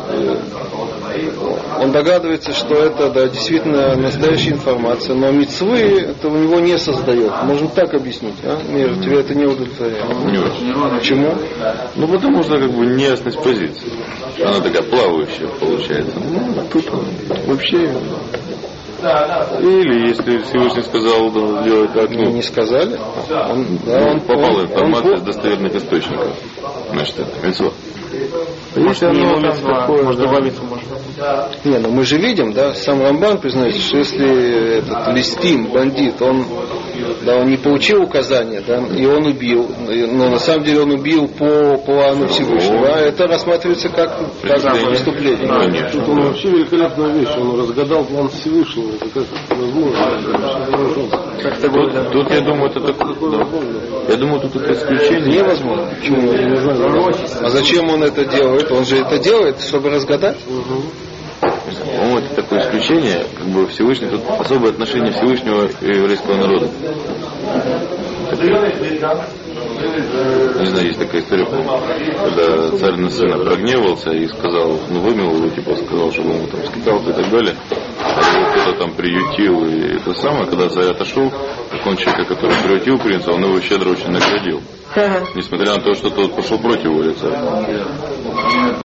он догадывается, что это да, действительно настоящая информация, но мицвы это у него не создает. Можно так объяснить, а? Мир, тебе это не удовлетворяет. Не очень. Почему? Ну потому что как бы неясность позиции. Она такая плавающая получается. Ну, тут вообще... Или если Всевышний сказал да, сделать так, ну, не сказали. Он, да, ну, он попала он, информация он, из достоверных источников. Значит, это мицва. Может, не оно там такое, может, да. добавиться можно. Не, ну мы же видим, да, сам Рамбан признается, что если этот листим, бандит, он, да, он не получил указания, да, и он убил, но на самом деле он убил по плану Всевышнего, а это рассматривается как, как преступление. Ну, конечно. Тут он вообще великолепная вещь, он разгадал план Всевышнего, это как возможно? Как-то будет, да. Тут я думаю, это такое. Да. Я думаю, тут это исключение. Невозможно. Почему? Не знаю. А зачем он это делает? Он же это делает, чтобы разгадать. По-моему, это такое исключение, как бы Всевышний, тут особое отношение Всевышнего и еврейского народа. Не знаю, есть такая история, когда царь на сына прогневался и сказал, ну вымел его, типа сказал, чтобы ему там скакал и так далее, а его кто-то там приютил, и это самое, когда царь отошел, так он человека, который приютил принца, он его щедро очень наградил, несмотря на то, что тот пошел против воли царя.